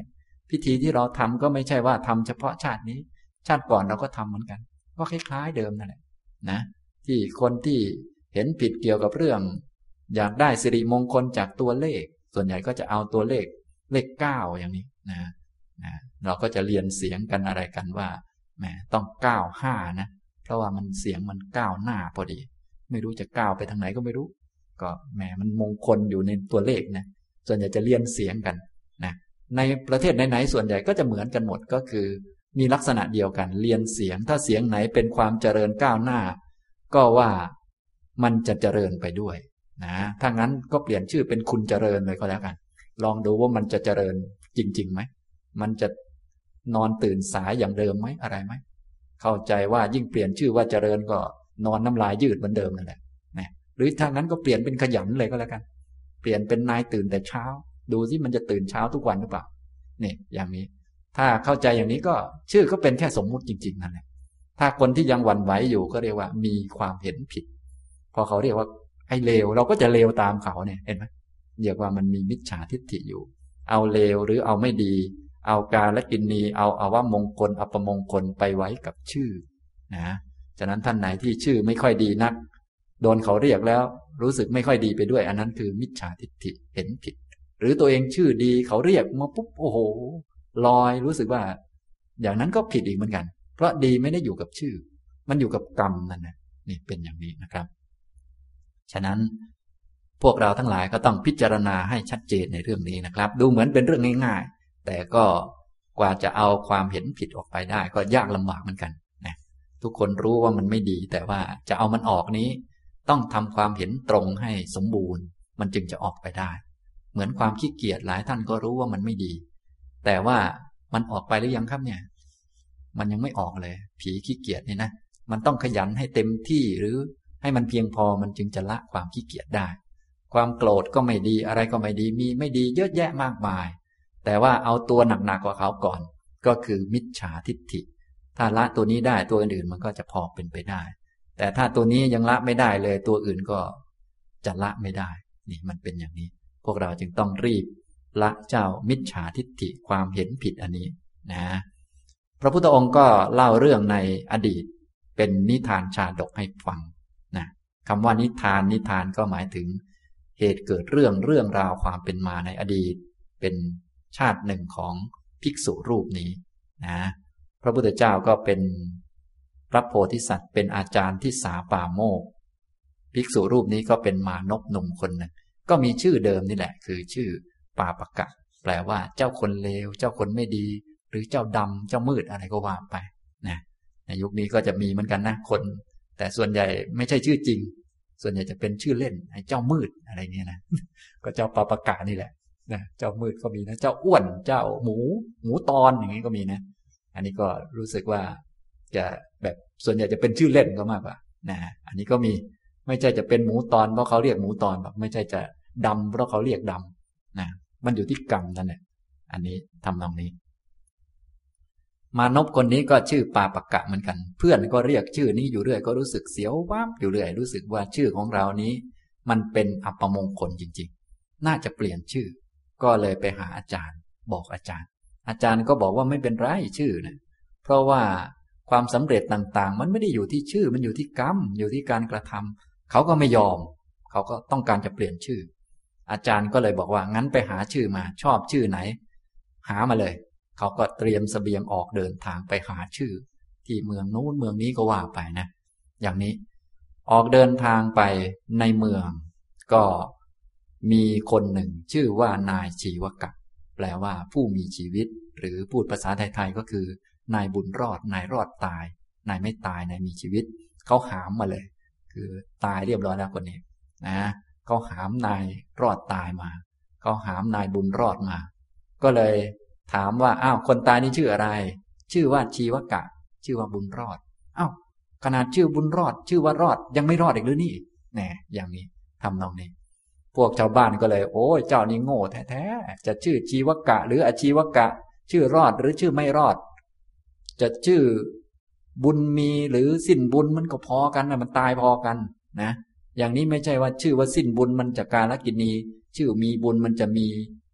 พิธีที่เราทำก็ไม่ใช่ว่าทำเฉพาะชาตินี้ชาติก่อนเราก็ทำเหมือนกันก็คล้ายๆเดิมนั่นแหละนะที่คนที่เห็นผิดเกี่ยวกับเรื่องอยากได้สิริมงคลจากตัวเลขส่วนใหญ่ก็จะเอาตัวเลขเก้าอย่างนี้นะเราก็จะเรียนเสียงกันอะไรกันว่าแหมต้อง95นะเพราะว่ามันเสียงมันก้าวหน้าพอดีไม่รู้จะก้าวไปทางไหนก็ไม่รู้ก็แหมมันมงคลอยู่ในตัวเลขนะส่วนใหญ่จะเรียนเสียงกันนะในประเทศไหนๆส่วนใหญ่ก็จะเหมือนกันหมดก็คือมีลักษณะเดียวกันเรียนเสียงถ้าเสียงไหนเป็นความเจริญก้าวหน้าก็ว่ามันจะเจริญไปด้วยนะถ้างั้นก็เปลี่ยนชื่อเป็นคุณเจริญเลยก็แล้วกันลองดูว่ามันจะเจริญจริงๆไหมมันจะนอนตื่นสายอย่างเดิมไหมอะไรไหมเข้าใจว่ายิ่งเปลี่ยนชื่อว่าเจริญก็นอนน้ำลายยืดเหมือนเดิมนั่นแหละนะหรือถ้างั้นก็เปลี่ยนเป็นขยันเลยก็แล้วกันเปลี่ยนเป็นนายตื่นแต่เช้าดูสิมันจะตื่นเช้าทุกวันหรือเปล่านี่อย่างนี้ถ้าเข้าใจอย่างนี้ก็ชื่อก็เป็นแค่สมมุติจริงๆนั่นแหละถ้าคนที่ยังหวั่นไหวอยู่ก็เรียกว่ามีความเห็นผิดพอเขาเรียกว่าไอ้เลวเราก็จะเลวตามเขาเนี่ยเห็นไหมเรียกว่ามันมีมิจฉาทิฏฐิอยู่เอาเลวหรือเอาไม่ดีเอากาลกิณนีเอาอวมงคลอัปมงคลไปไว้กับชื่อนะฉะนั้นท่านไหนที่ชื่อไม่ค่อยดีนักโดนเขาเรียกแล้วรู้สึกไม่ค่อยดีไปด้วยอันนั้นคือมิจฉาทิฏฐิเห็นผิดหรือตัวเองชื่อดีเขาเรียกมาปุ๊บโอ้โหลอยรู้สึกว่าอย่างนั้นก็ผิดอีกเหมือนกันเพราะดีไม่ได้อยู่กับชื่อมันอยู่กับกรรมนั่นนะนี่เป็นอย่างนี้นะครับฉะนั้นพวกเราทั้งหลายก็ต้องพิจารณาให้ชัดเจนในเรื่องนี้นะครับดูเหมือนเป็นเรื่องง่ายๆแต่ก็กว่าจะเอาความเห็นผิดออกไปได้ก็ยากลำบากเหมือนกันนะทุกคนรู้ว่ามันไม่ดีแต่ว่าจะเอามันออกนี้ต้องทำความเห็นตรงให้สมบูรณ์มันจึงจะออกไปได้เหมือนความขี้เกียจหลายท่านก็รู้ว่ามันไม่ดีแต่ว่ามันออกไปหรือยังครับเนี่ยมันยังไม่ออกเลยผีขี้เกียจนี่นะมันต้องขยันให้เต็มที่หรือให้มันเพียงพอมันจึงจะละความขี้เกียจได้ความโกรธก็ไม่ดีอะไรก็ไม่ดีมีไม่ดีเยอะแยะมากมายแต่ว่าเอาตัวหนักๆกว่าเขาก่อนก็คือมิจฉาทิฏฐิถ้าละตัวนี้ได้ตัวอื่นๆมันก็จะพอเป็นไปได้แต่ถ้าตัวนี้ยังละไม่ได้เลยตัวอื่นก็จะละไม่ได้นี่มันเป็นอย่างนี้พวกเราจึงต้องรีบละเจ้ามิจฉาทิฏฐิความเห็นผิดอันนี้นะพระพุทธองค์ก็เล่าเรื่องในอดีตเป็นนิทานชาดกให้ฟังนะคำว่านิทานก็หมายถึงเหตุเกิดเรื่องราวความเป็นมาในอดีตเป็นชาติหนึ่งของภิกษุรูปนี้นะพระพุทธเจ้าก็เป็นพระโพธิสัตว์เป็นอาจารย์ที่สาปาโมกข์ภิกษุรูปนี้ก็เป็นมานพหนุ่มคนหนึ่งก็มีชื่อเดิมนี่แหละคือชื่อปาปกะแปลว่าเจ้าคนเลวเจ้าคนไม่ดีหรือเจ้าดำเจ้ามืดอะไรก็ว่าไปนะในยุคนี้ก็จะมีเหมือนกันนะคนแต่ส่วนใหญ่ไม่ใช่ชื่อจริงส่วนใหญ่จะเป็นชื่อเล่นไอ้เจ้ามืดอะไรเงี้ยนะก็เจ้าปาปกะนี่แหละนะเจ้ามืดก็มีนะเจ้าอ้วนเจ้าหมูตอนอย่างนี้ก็มีนะอันนี้ก็รู้สึกว่าจะแบบส่วนใหญ่จะเป็นชื่อเล่นก็มากกว่านะอันนี้ก็มีไม่ใช่จะเป็นหมูตอนเพราะเขาเรียกหมูตอนแบบไม่ใช่จะดำเพราะเขาเรียกดำนะมันอยู่ที่กรรมนั่นแหละอันนี้ทำนองนี้มานพคนนี้ก็ชื่อปาปกะเหมือนกันเพื่อนก็เรียกชื่อนี้อยู่เรื่อยก็รู้สึกเสียวว้าอยู่เรื่อยรู้สึกว่าชื่อของเรานี้มันเป็นอัปมงคลจริงๆน่าจะเปลี่ยนชื่อก็เลยไปหาอาจารย์บอกอาจารย์ก็บอกว่าไม่เป็นไรชื่อนะเพราะว่าความสำเร็จต่างๆมันไม่ได้อยู่ที่ชื่อมันอยู่ที่กรรมอยู่ที่การกระทำเขาก็ไม่ยอมเขาก็ต้องการจะเปลี่ยนชื่ออาจารย์ก็เลยบอกว่างั้นไปหาชื่อมาชอบชื่อไหนหามาเลยเขาก็เตรียมเสบียงออกเดินทางไปหาชื่อที่เมืองนู้นเมืองนี้ก็ว่าไปนะอย่างนี้ออกเดินทางไปในเมืองก็มีคนหนึ่งชื่อว่านายชีวกะแปลว่าผู้มีชีวิตหรือพูดภาษาไทยๆก็คือนายบุญรอดนายรอดตายนายไม่ตายนายมีชีวิตเขาหามมาเลยคือตายเรียบร้อยแล้วคนนี้นะเขาหามนายรอดตายมาเขาหามนายบุญรอดมาก็เลยถามว่าอ้าวคนตายนี่ชื่ออะไรชื่อว่าชีวกะชื่อว่าบุญรอดอ้าวขนาดชื่อบุญรอดชื่อว่ารอดยังไม่รอดอีกหรือนี่แน่อย่างนี้ทำนองนี้พวกชาวบ้านก็เลยโอ้ยเจ้านี่โง่แท้ๆจะชื่อชีวกะหรืออชีวกะชื่อรอดหรือชื่อไม่รอดจะชื่อบุญมีหรือสิ้นบุญมันก็พอกันนะมันตายพอกันนะอย่างนี้ไม่ใช่ว่าชื่อว่าสิ้นบุญมันจะกาลกิณีชื่อมีบุญมันจะมี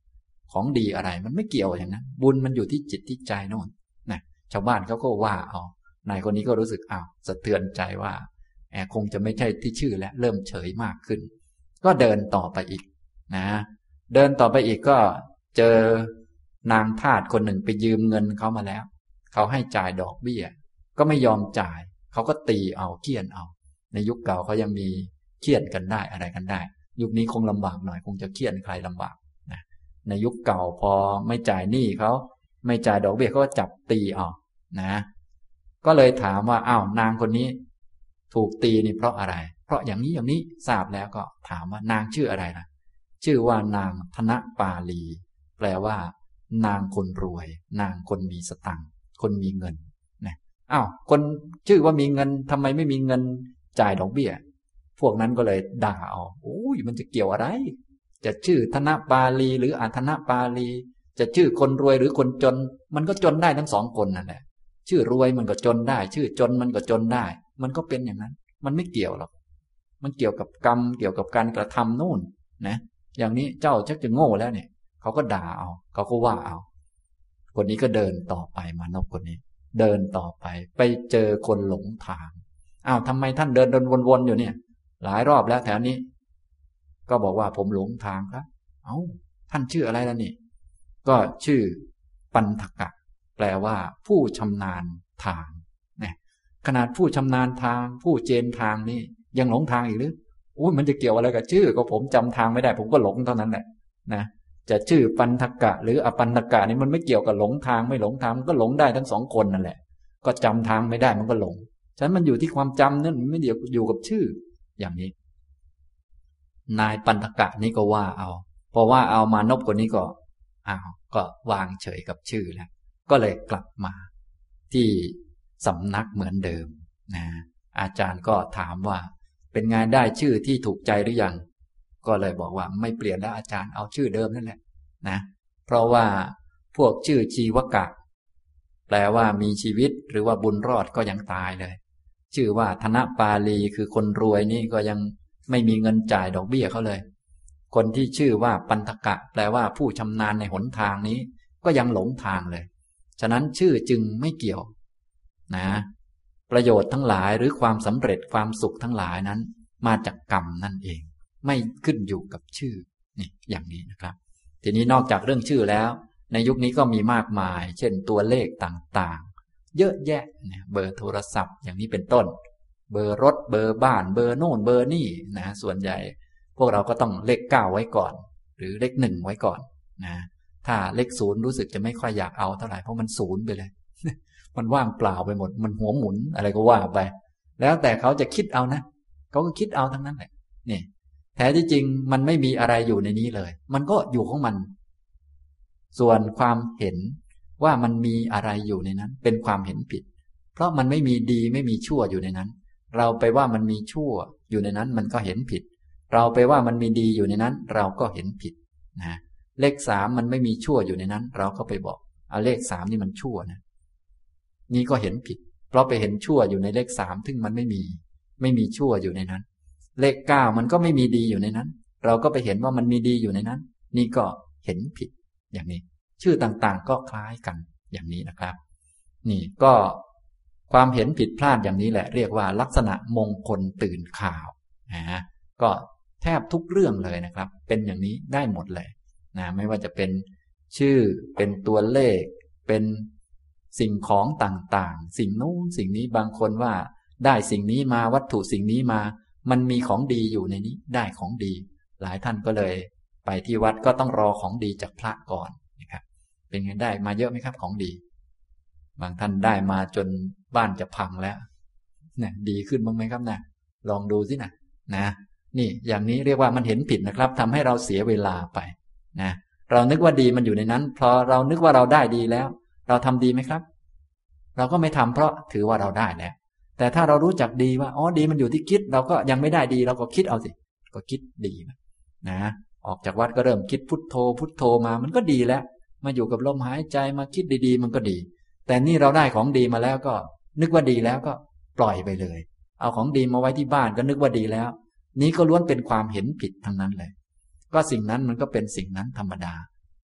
ของดีอะไรมันไม่เกี่ยวอย่างนั้นบุญมันอยู่ที่จิตที่ใจโน่นนะชาวบ้านเขาก็ว่านายคนนี้ก็รู้สึกสะเทือนใจว่าคงจะไม่ใช่ที่ชื่อแล้วเริ่มเฉยมากขึ้นก็เดินต่อไปอีกนะเดินต่อไปอีกก็เจอนางทาสคนหนึ่งไปยืมเงินเขามาแล้วเขาให้จ่ายดอกเบี้ยก็ไม่ยอมจ่ายเขาก็ตีเอาเฆี่ยนเอาในยุคเก่าเขายังมีเฆี่ยนกันได้อะไรกันได้ยุคนี้คงลำบากหน่อยคงจะเฆี่ยนใครลำบากนะในยุคเก่าพอไม่จ่ายหนี้เขาไม่จ่ายดอกเบี้ยเขาก็จับตีเอานะก็เลยถามว่านางคนนี้ถูกตีนี่เพราะอะไรเพราะอย่างนี้อย่างนี้ทราบแล้วก็ถามว่านางชื่ออะไรนะชื่อว่านางธนปาลีแปลว่านางคนรวยนางคนมีสตังค์คนมีเงินนะคนชื่อว่ามีเงินทำไมไม่มีเงินจ่ายดอกเบี้ยพวกนั้นก็เลยด่าโอ้ยมันจะเกี่ยวอะไรจะชื่อธนปาลีหรืออธนปาลีจะชื่อคนรวยหรือคนจนมันก็จนได้ทั้งสองคนนั่นแหละชื่อรวยมันก็จนได้ชื่อจนมันก็จนได้มันก็เป็นอย่างนั้นมันไม่เกี่ยวหรอกมันเกี่ยวกับกรรมเกี่ยวกับการกระทำนู่นนะอย่างนี้เจ้าชักจะโง่แล้วเนี่ยเขาก็ด่าเขาก็ว่าคนนี้ก็เดินต่อไปมานพคนนี้เดินต่อไปไปเจอคนหลงทางทำไมท่านเดินวนๆอยู่เนี่ยหลายรอบแล้วแถวนี้ก็บอกว่าผมหลงทางครับท่านชื่ออะไรล่ะนี่ก็ชื่อปันทกะแปลว่าผู้ชำนาญทางเนี่ยขนาดผู้ชำนาญทางผู้เจนทางนี่ยังหลงทางอีกหรือมันจะเกี่ยวอะไรกับชื่อก็ผมจำทางไม่ได้ผมก็หลงเท่านั้นแหละนะจะชื่อปันทกะหรืออปันทกะนี่มันไม่เกี่ยวกับหลงทางไม่หลงทางมันก็หลงได้ทั้งสองคนนั่นแหละก็จำทางไม่ได้มันก็หลงฉะนั้นมันอยู่ที่ความจำนั่นไม่เดียวอยู่กับชื่ออย่างนี้นายปันทกะนี่ก็ว่าพอว่าเอามานพคนนี้ก็ก็วางเฉยกับชื่อแล้วก็เลยกลับมาที่สำนักเหมือนเดิมนะอาจารย์ก็ถามว่าเป็นไงได้ชื่อที่ถูกใจหรือยังก็เลยบอกว่าไม่เปลี่ยนแล้วอาจารย์เอาชื่อเดิมนั่นแหละนะเพราะว่าพวกชื่อชีวกะแปลว่ามีชีวิตหรือว่าบุญรอดก็ยังตายเลยชื่อว่าธนปาลีคือคนรวยนี่ก็ยังไม่มีเงินจ่ายดอกเบี้ยเขาเลยคนที่ชื่อว่าปันทกะแปลว่าผู้ชำนาญในหนทางนี้ก็ยังหลงทางเลยฉะนั้นชื่อจึงไม่เกี่ยวนะประโยชน์ทั้งหลายหรือความสำเร็จความสุขทั้งหลายนั้นมาจากกรรมนั่นเองไม่ขึ้นอยู่กับชื่อนี่อย่างนี้นะครับทีนี้นอกจากเรื่องชื่อแล้วในยุคนี้ก็มีมากมายเช่นตัวเลขต่างๆเยอะแยะเนี่ยเบอร์โทรศัพท์อย่างนี้เป็นต้นเบอร์รถเบอร์บ้านเบอร์โน่นเบอร์นี่นะส่วนใหญ่พวกเราก็ต้องเลข9ไว้ก่อนหรือเลข1ไว้ก่อนนะถ้าเลข0รู้สึกจะไม่ค่อยอยากเอาเท่าไหร่เพราะมันศูนย์ไปเลยมันว่างเปล่าไปหมดมันหัวหมุนอะไรก็ว่าไปแล้วแต่เขาจะคิดเอานะเขาก็คิดเอาทั้งนั้นแหละนี่แท้ที่จริงมันไม่มีอะไรอยู่ในนี้เลยมันก็อยู่ของมันส่วนความเห็นว่ามันมีอะไรอยู่ในนั้นเป็นความเห็นผิดเพราะมันไม่มีดีไม่มีชั่วอยู่ในนั้นเราไปว่ามันมีชั่วอยู่ในนั้นมันก็เห็นผิดเราไปว่ามันมีดีอยู่ในนั้นเราก็เห็นผิดนะเลข3มันไม่มีชั่วอยู่ในนั้นเราก็ไปบอกเลข3นี่มันชั่วนะนี่ก็เห็นผิดเพราะไปเห็นชั่วอยู่ในเลข3ซึ่งมันไม่มีชั่วอยู่ในนั้นเลข9มันก็ไม่มีดีอยู่ในนั้นเราก็ไปเห็นว่ามันมีดีอยู่ในนั้นนี่ก็เห็นผิดอย่างนี้ชื่อต่างๆก็คล้ายกันอย่างนี้นะครับนี่ก็ความเห็นผิดพลาดอย่างนี้แหละเรียกว่าลักษณะมงคลตื่นข่าวก็แทบทุกเรื่องเลยนะครับเป็นอย่างนี้ได้หมดเลยนะไม่ว่าจะเป็นชื่อเป็นตัวเลขเป็นสิ่งของต่างๆสิ่งนู้นสิ่งนี้บางคนว่าได้สิ่งนี้มาวัตถุสิ่งนี้มามันมีของดีอยู่ในนี้ได้ของดีหลายท่านก็เลยไปที่วัดก็ต้องรอของดีจากพระก่อนนะครับเป็นไงได้มาเยอะไหมครับของดีบางท่านได้มาจนบ้านจะพังแล้วเนี่ยดีขึ้นบ้างไหมครับนะลองดูสินะนี่อย่างนี้เรียกว่ามันเห็นผิดนะครับทำให้เราเสียเวลาไปนะเรานึกว่าดีมันอยู่ในนั้นพอเรานึกว่าเราได้ดีแล้วเราทำดีไหมครับเราก็ไม่ทำเพราะถือว่าเราได้แล้วแต่ถ้าเรารู้จักดีว่าดีมันอยู่ที่คิดเราก็ยังไม่ได้ดีเราก็คิดเอาสิก็คิดดีนะออกจากวัดก็เริ่มคิดพุทโธพุทโธมามันก็ดีแล้วมาอยู่กับลมหายใจมาคิดดีๆมันก็ดีแต่นี่เราได้ของดีมาแล้วก็นึกว่าดีแล้วก็ปล่อยไปเลยเอาของดีมาไว้ที่บ้านก็นึกว่าดีแล้วนี้ก็ล้วนเป็นความเห็นผิดทั้งนั้นเลยก็สิ่งนั้นมันก็เป็นสิ่งนั้นธรรมดา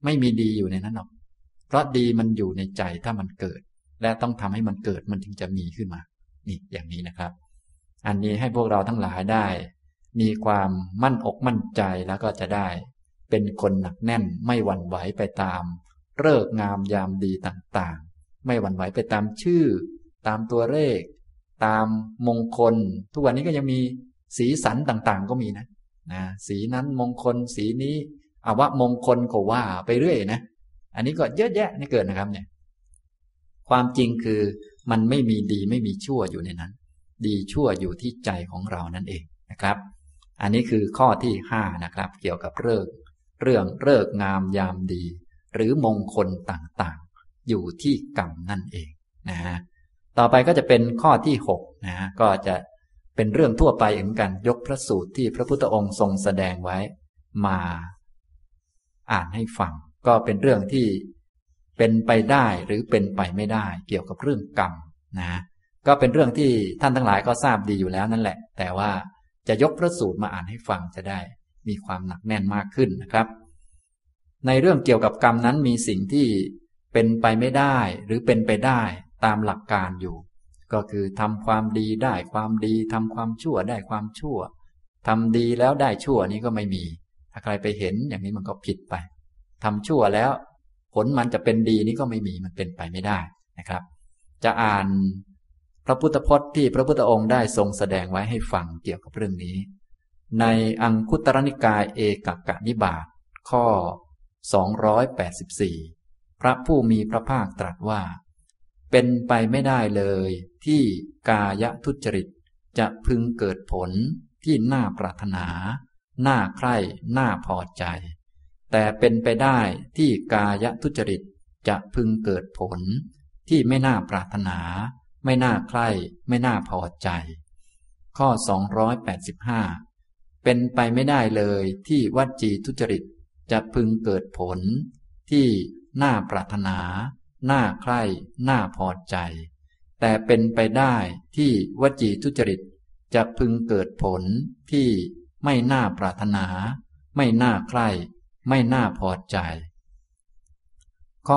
ไม่มีดีอยู่ในนั้นหรอกเพราะดีมันอยู่ในใจถ้ามันเกิดและต้องทำให้มันเกิดมันถึงจะมีขึ้นมานี่อย่างนี้นะครับ อันนี้ให้พวกเราทั้งหลายได้มีความมั่นอกมั่นใจแล้วก็จะได้เป็นคนหนักแน่นไม่หวั่นไหวไปตามฤกษ์งามยามดีต่างๆไม่หวั่นไหวไปตามชื่อตามตัวเลขตามมงคลทุกวันนี้ก็ยังมีสีสันต่างๆก็มีนะสีนั้นมงคลสีนี้วะมงคลก็ว่าไปเรื่อยนะอันนี้ก็เยอะแยะนี่เกิดนะครับเนี่ยความจริงคือมันไม่มีดีไม่มีชั่วอยู่ในนั้นดีชั่วอยู่ที่ใจของเรานั่นเองนะครับอันนี้คือข้อที่5นะครับเกี่ยวกับเรื่องฤกษ์งามยามดีหรือมงคลต่างๆอยู่ที่กรรมนั่นเองนะฮะต่อไปก็จะเป็นข้อที่6นะก็จะเป็นเรื่องทั่วไปเหมือนกันยกพระสูตรที่พระพุทธองค์ทรงแสดงไว้มาอ่านให้ฟังก็เป็นเรื่องที่เป็นไปได้หรือเป็นไปไม่ได้เกี่ยวกับเรื่องกรรมนะก็เป็นเรื่องที่ท่านทั้งหลายก็ทราบดีอยู่แล้วนั่นแหละแต่ว่าจะยกพระสูตรมาอ่านให้ฟังจะได้มีความหนักแน่นมากขึ้นนะครับในเรื่องเกี่ยวกับกรรมนั้นมีสิ่งที่เป็นไปไม่ได้หรือเป็นไปได้ตามหลักการอยู่ก็คือทำความดีได้ความดีทำความชั่วได้ความชั่วทำดีแล้วได้ชั่วนี้ก็ไม่มีถ้าใครไปเห็นอย่างนี้มันก็ผิดไปทำชั่วแล้วผลมันจะเป็นดีนี้ก็ไม่มีมันเป็นไปไม่ได้นะครับจะอ่านพระพุทธพจน์ที่พระพุทธองค์ได้ทรงแสดงไว้ให้ฟังเกี่ยวกับเรื่องนี้ในอังคุตรนิกายเอกกนิบาตข้อ284พระผู้มีพระภาคตรัสว่าเป็นไปไม่ได้เลยที่กายทุจริตจะพึงเกิดผลที่น่าปรารถนาน่าใคร่น่าพอใจแต่เป็นไปได้ที่กายทุจริตจะพึงเกิดผลที่ไม่น่าปรารถนาไม่น่าใคร่ไม่น่าพอใจข้อ285เป็นไปไม่ได้เลยที่วจีทุจริตจะพึงเกิดผลที่น่าปรารถนาน่าใคร่น่าพอใจแต่เป็นไปได้ที่วจีทุจริตจะพึงเกิดผลที่ไม่น่าปรารถนาไม่น่าใคร่ไม่น่าพอใจข้อ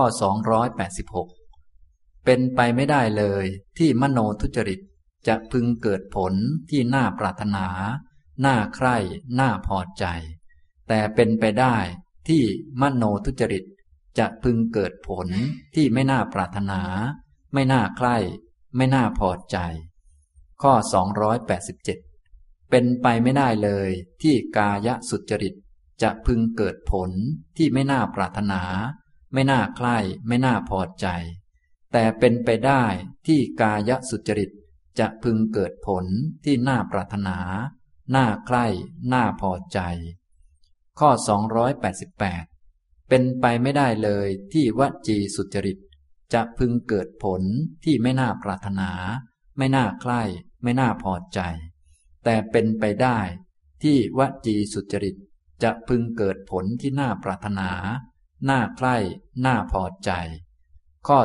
286เป็นไปไม่ได้เลยที่มโนทุจริตจะพึงเกิดผลที่น่าปรารถนาน่าใคร่น่าพอใจแต่เป็นไปได้ที่มโนทุจริตจะพึงเกิดผลที่ไม่น่าปรารถนาไม่น่าใคร่ไม่น่าพอใจข้อ287เป็นไปไม่ได้เลยที่กายสุจริตจะพึงเกิดผลที่ไม่น่าปรารถนาไม่น่าใคร่ไม่น่าพอใจแต่เป็นไปได้ที่กายสุจริตจะพึงเกิดผลที่น่าปรารถนาน่าใคร่น่าพอใจข้อ288เป็นไปไม่ได้เลยที่วจีสุจริตจะพึงเกิดผลที่ไม่น่าปรารถนาไม่น่าใคร่ไม่น่าพอใจแต่เป็นไปได้ที่วจีสุจริตจะพึงเกิดผลที่น่าปรารถนาน่าใคร่น่าพอใจข้อ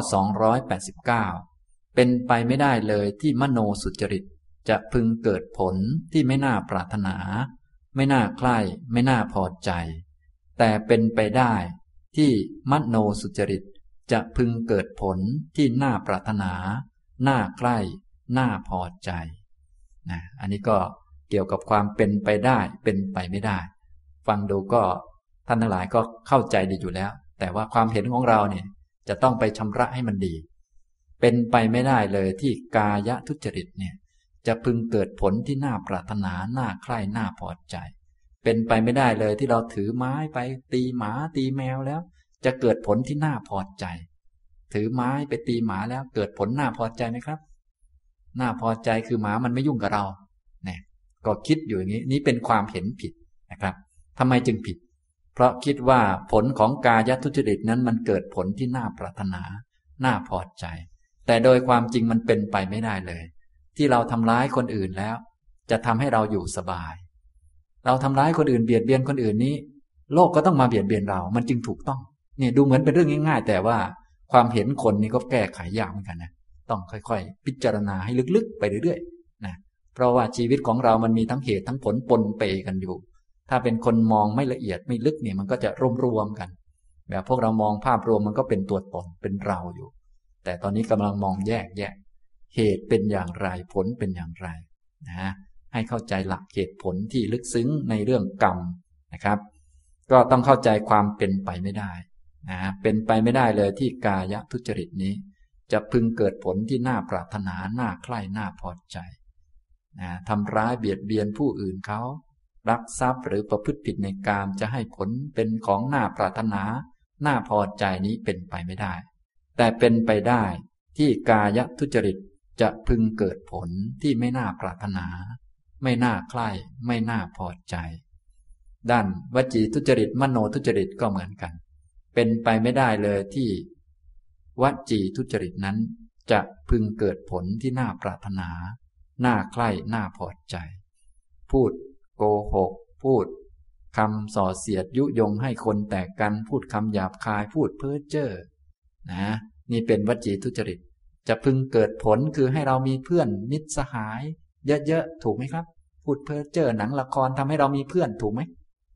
289เป็นไปไม่ได้เลยที่มโนสุจริตจะพึงเกิดผลที่ไม่น่าปรารถนาไม่น่าใคร่ไม่น่าพอใจแต่เป็นไปได้ที่มโนสุจริตจะพึงเกิดผลที่น่าปรารถนาน่าใคร่น่าพอใจอันนี้ก็เกี่ยวกับความเป็นไปได้เป็นไปไม่ได้ฟังดูก็ท่านทั้งหลายก็เข้าใจดีอยู่แล้วแต่ว่าความเห็นของเราเนี่ยจะต้องไปชำระให้มันดีเป็นไปไม่ได้เลยที่กายทุจริตเนี่ยจะพึงเกิดผลที่น่าปรารถนาน่าใคร่น่าพอใจเป็นไปไม่ได้เลยที่เราถือไม้ไปตีหมาตีแมวแล้วจะเกิดผลที่น่าพอใจถือไม้ไปตีหมาแล้วเกิดผลน่าพอใจไหมครับน่าพอใจคือหมามันไม่ยุ่งกับเราเนี่ยก็คิดอยู่อย่างนี้นี่เป็นความเห็นผิดนะครับทำไมจึงผิดเพราะคิดว่าผลของกายทุจริตนั้นมันเกิดผลที่น่าปรารถนาน่าพอใจแต่โดยความจริงมันเป็นไปไม่ได้เลยที่เราทำร้ายคนอื่นแล้วจะทำให้เราอยู่สบายเราทำร้ายคนอื่นเบียดเบียนคนอื่นนี้โลกก็ต้องมาเบียดเบียนเรามันจึงถูกต้องเนี่ยดูเหมือนเป็นเรื่องง่ายๆแต่ว่าความเห็นคนนี้ก็แก้ไขยากเหมือนกันนะต้องค่อยๆพิจารณาให้ลึกๆไปเรื่อยๆนะเพราะว่าชีวิตของเรามันมีทั้งเหตุทั้งผลปนเปกันอยู่ถ้าเป็นคนมองไม่ละเอียดไม่ลึกเนี่ยมันก็จะรวมๆกันแบบพวกเรามองภาพรวมมันก็เป็นตัวตนเป็นเราอยู่แต่ตอนนี้กำลังมองแยกแยะเหตุเป็นอย่างไรผลเป็นอย่างไรนะให้เข้าใจหลักเหตุผลที่ลึกซึ้งในเรื่องกรรมนะครับก็ต้องเข้าใจความเป็นไปไม่ได้นะเป็นไปไม่ได้เลยที่กายทุจริตนี้จะพึงเกิดผลที่น่าปรารถนาน่าใคร่น่าพอใจนะทำร้ายเบียดเบียนผู้อื่นเขารักทรัพย์หรือประพฤติผิดในกามจะให้ผลเป็นของน่าปรารถนาน่าพอใจนี้เป็นไปไม่ได้แต่เป็นไปได้ที่กายทุจริตจะพึงเกิดผลที่ไม่น่าปรารถนาไม่น่าใคร่ไม่น่าพอใจด้านวจีทุจริตมโนทุจริตก็เหมือนกันเป็นไปไม่ได้เลยที่วจีทุจริตนั้นจะพึงเกิดผลที่น่าปรารถนาน่าใคร่น่าพอใจพูดโกหกพูดคำส่อเสียดยุยงให้คนแตกกันพูดคำหยาบคายพูดเพ้อเจ้อนะนี่เป็นวจีทุจริตจะพึงเกิดผลคือให้เรามีเพื่อนมิตรสหายเยอะๆถูกไหมครับพูดเพ้อเจ้อหนังละครทำให้เรามีเพื่อนถูกไหม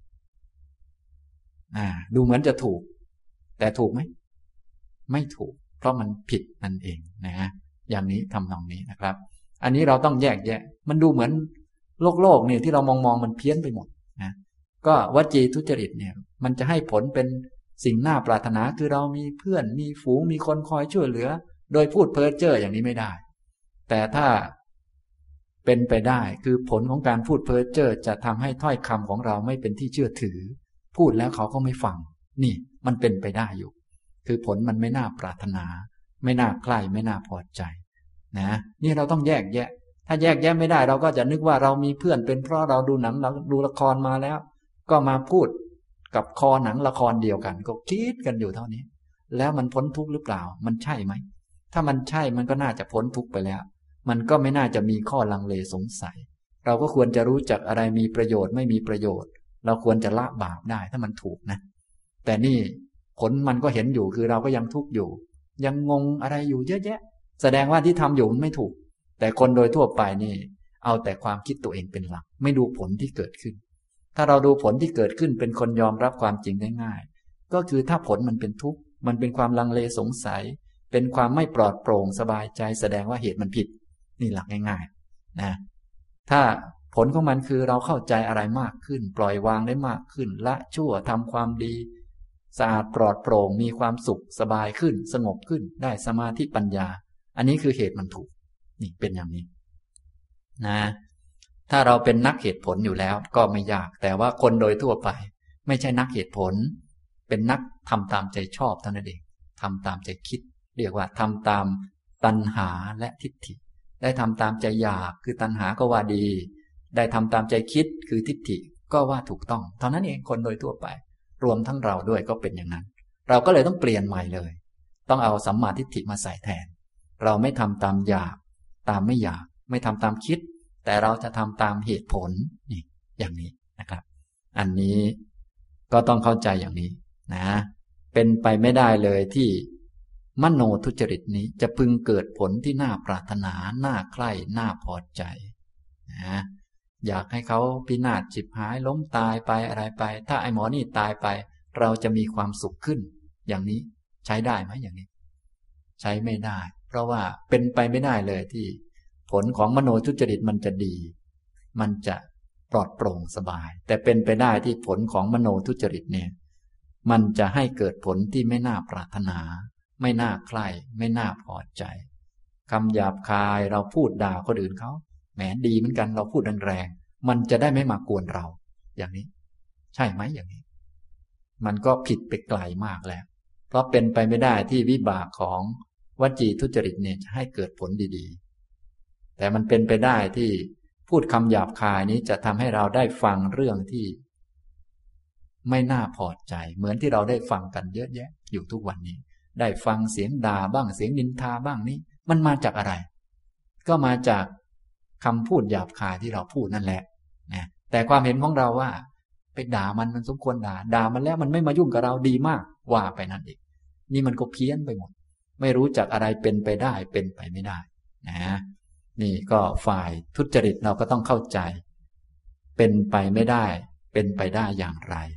ดูเหมือนจะถูกแต่ถูกไหมไม่ถูกเพราะมันผิดนั่นเองนะอย่างนี้ทำนองนี้นะครับอันนี้เราต้องแยกแยะมันดูเหมือนโลกเนี่ยที่เรามองมันเพี้ยนไปหมดนะก็วจีทุจริตเนี่ยมันจะให้ผลเป็นสิ่งน่าปรารถนาคือเรามีเพื่อนมีฝูงมีคนคอยช่วยเหลือโดยพูดเพ้อเจ้ออย่างนี้ไม่ได้แต่ถ้าเป็นไปได้คือผลของการพูดเพ้อเจ้อจะทำให้ถ้อยคำของเราไม่เป็นที่เชื่อถือพูดแล้วเขาก็ไม่ฟังนี่มันเป็นไปได้อยู่คือผลมันไม่น่าปรารถนาไม่น่าใคร่ไม่น่าพอใจนะนี่เราต้องแยกแยะถ้าแยกแยะไม่ได้เราก็จะนึกว่าเรามีเพื่อนเป็นเพราะเราดูหนังเราดูละครมาแล้วก็มาพูดกับคอหนังละครเดียวกันก็คิดกันอยู่เท่านี้แล้วมันพ้นทุกข์หรือเปล่ามันใช่ไหมถ้ามันใช่มันก็น่าจะพ้นทุกข์ไปแล้วมันก็ไม่น่าจะมีข้อลังเลสงสัยเราก็ควรจะรู้จักอะไรมีประโยชน์ไม่มีประโยชน์เราควรจะละบาปได้ถ้ามันถูกนะแต่นี่ผลมันก็เห็นอยู่คือเราก็ยังทุกข์อยู่ยังงงอะไรอยู่เยอะแยะแสดงว่าที่ทำอยู่มันไม่ถูกแต่คนโดยทั่วไปนี่เอาแต่ความคิดตัวเองเป็นหลักไม่ดูผลที่เกิดขึ้นถ้าเราดูผลที่เกิดขึ้นเป็นคนยอมรับความจริงได้ง่ายก็คือถ้าผลมันเป็นทุกข์มันเป็นความลังเลสงสัยเป็นความไม่ปลอดโปร่งสบายใจแสดงว่าเหตุมันผิดนี่หลักง่ายๆนะถ้าผลของมันคือเราเข้าใจอะไรมากขึ้นปล่อยวางได้มากขึ้นละชั่วทำความดีสะอาดปลอดโปร่งมีความสุขสบายขึ้นสงบขึ้นได้สมาธิปัญญาอันนี้คือเหตุมันถูกนี่เป็นอย่างนี้นะถ้าเราเป็นนักเหตุผลอยู่แล้วก็ไม่ยากแต่ว่าคนโดยทั่วไปไม่ใช่นักเหตุผลเป็นนักทำตามใจชอบเท่านั้นเองทำตามใจคิดเรียกว่าทำตามตัณหาและทิฏฐิได้ทำตามใจอยากคือตัณหาก็ว่าดีได้ทำตามใจคิดคือทิฏฐิก็ว่าถูกต้องเท่านั้นเองคนโดยทั่วไปรวมทั้งเราด้วยก็เป็นอย่างนั้นเราก็เลยต้องเปลี่ยนใหม่เลยต้องเอาสัมมาทิฏฐิมาใส่แทนเราไม่ทำตามอยากตามไม่อยากไม่ทำตามคิดแต่เราจะทำตามเหตุผลนี่อย่างนี้นะครับอันนี้ก็ต้องเข้าใจอย่างนี้นะเป็นไปไม่ได้เลยที่มโนทุจริตนี้จะพึงเกิดผลที่น่าปรารถนาน่าใคร่น่าพอใจนะอยากให้เขาพินาศฉิบหายล้มตายไปอะไรไปถ้าไอ้หมอนี่ตายไปเราจะมีความสุขขึ้นอย่างนี้ใช้ได้ไหมอย่างนี้ใช้ไม่ได้เพราะว่าเป็นไปไม่ได้เลยที่ผลของมโนทุจริตมันจะดีมันจะปลอดโปร่งสบายแต่เป็นไปได้ที่ผลของมโนทุจริตเนี่ยมันจะให้เกิดผลที่ไม่น่าปรารถนาไม่น่าใคร่ไม่น่าพอใจคำหยาบคายเราพูดด่าคนอื่นเขาแหมดีเหมือนกันเราพูดแรงๆมันจะได้ไม่มากวนเราอย่างนี้ใช่ไหมอย่างนี้มันก็ผิดไปไกลมากแล้วเพราะเป็นไปไม่ได้ที่วิบากของวจีทุจริตเนี่ยจะให้เกิดผลดีๆแต่มันเป็นไปได้ที่พูดคำหยาบคายนี้จะทำให้เราได้ฟังเรื่องที่ไม่น่าพอใจเหมือนที่เราได้ฟังกันเยอะแยะอยู่ทุกวันนี้ได้ฟังเสียงด่าบ้างเสียงนินทาบ้างนี้มันมาจากอะไรก็มาจากคำพูดหยาบคายที่เราพูดนั่นแหละนะแต่ความเห็นของเราว่าไปด่ามันสมควรด่ามันแล้วมันไม่มายุ่งกับเราดีมากว่าไปนั่นเองนี่มันก็เพี้ยนไปหมดไม่รู้จักอะไรเป็นไปได้เป็นไปไม่ได้นะนี่ก็ฝ่ายทุจริตเราก็ต้องเข้าใจเป็นไปไม่ได้เป็นไปได้อย่างไร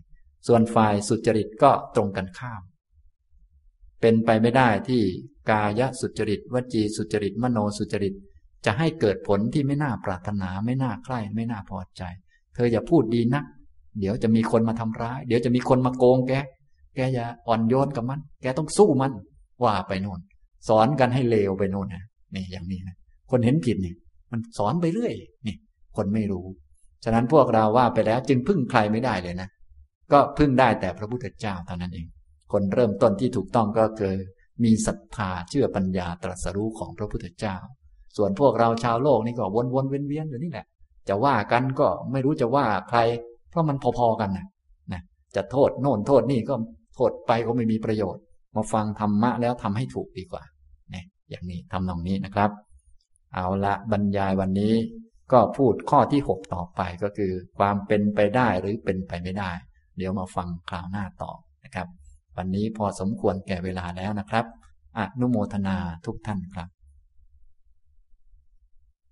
ส่วนฝ่ายสุจริตก็ตรงกันข้ามเป็นไปไม่ได้ที่กายสุจริตวจีสุจริตมโนสุจริตจะให้เกิดผลที่ไม่น่าปรารถนาไม่น่าใคร่ไม่น่าพอใจเธออย่าพูดดีนักเดี๋ยวจะมีคนมาทำร้ายเดี๋ยวจะมีคนมาโกงแกอย่าอ่อนโยนกับมันแกต้องสู้มันว่าไปโน่นสอนกันให้เลวไปโน่นนะนี่อย่างนี้นะคนเห็นผิดนี่มันสอนไปเรื่อยนี่คนไม่รู้ฉะนั้นพวกเราว่าไปแล้วจึงพึ่งใครไม่ได้เลยนะก็พึ่งได้แต่พระพุทธเจ้าเท่านั้นเองคนเริ่มต้นที่ถูกต้องก็คือมีศรัทธาเชื่อปัญญาตรัสรู้ของพระพุทธเจ้าส่วนพวกเราชาวโลกนี่ก็วนๆเวียนๆอยู่นี่แหละจะว่ากันก็ไม่รู้จะว่าใครเพราะมันพอๆกันนะจะโทษโน่นโทษนี่ก็โทษไปก็ไม่มีประโยชน์มาฟังธรรมะแล้วทำให้ถูกดีกว่าเนี่ยอย่างนี้ทำนองนี้นะครับเอาละบรรยายวันนี้ก็พูดข้อที่6ต่อไปก็คือความเป็นไปได้หรือเป็นไปไม่ได้เดี๋ยวมาฟังคราวหน้าต่อนะครับวันนี้พอสมควรแก่เวลาแล้วนะครับอนุโมทนาทุกท่านครับ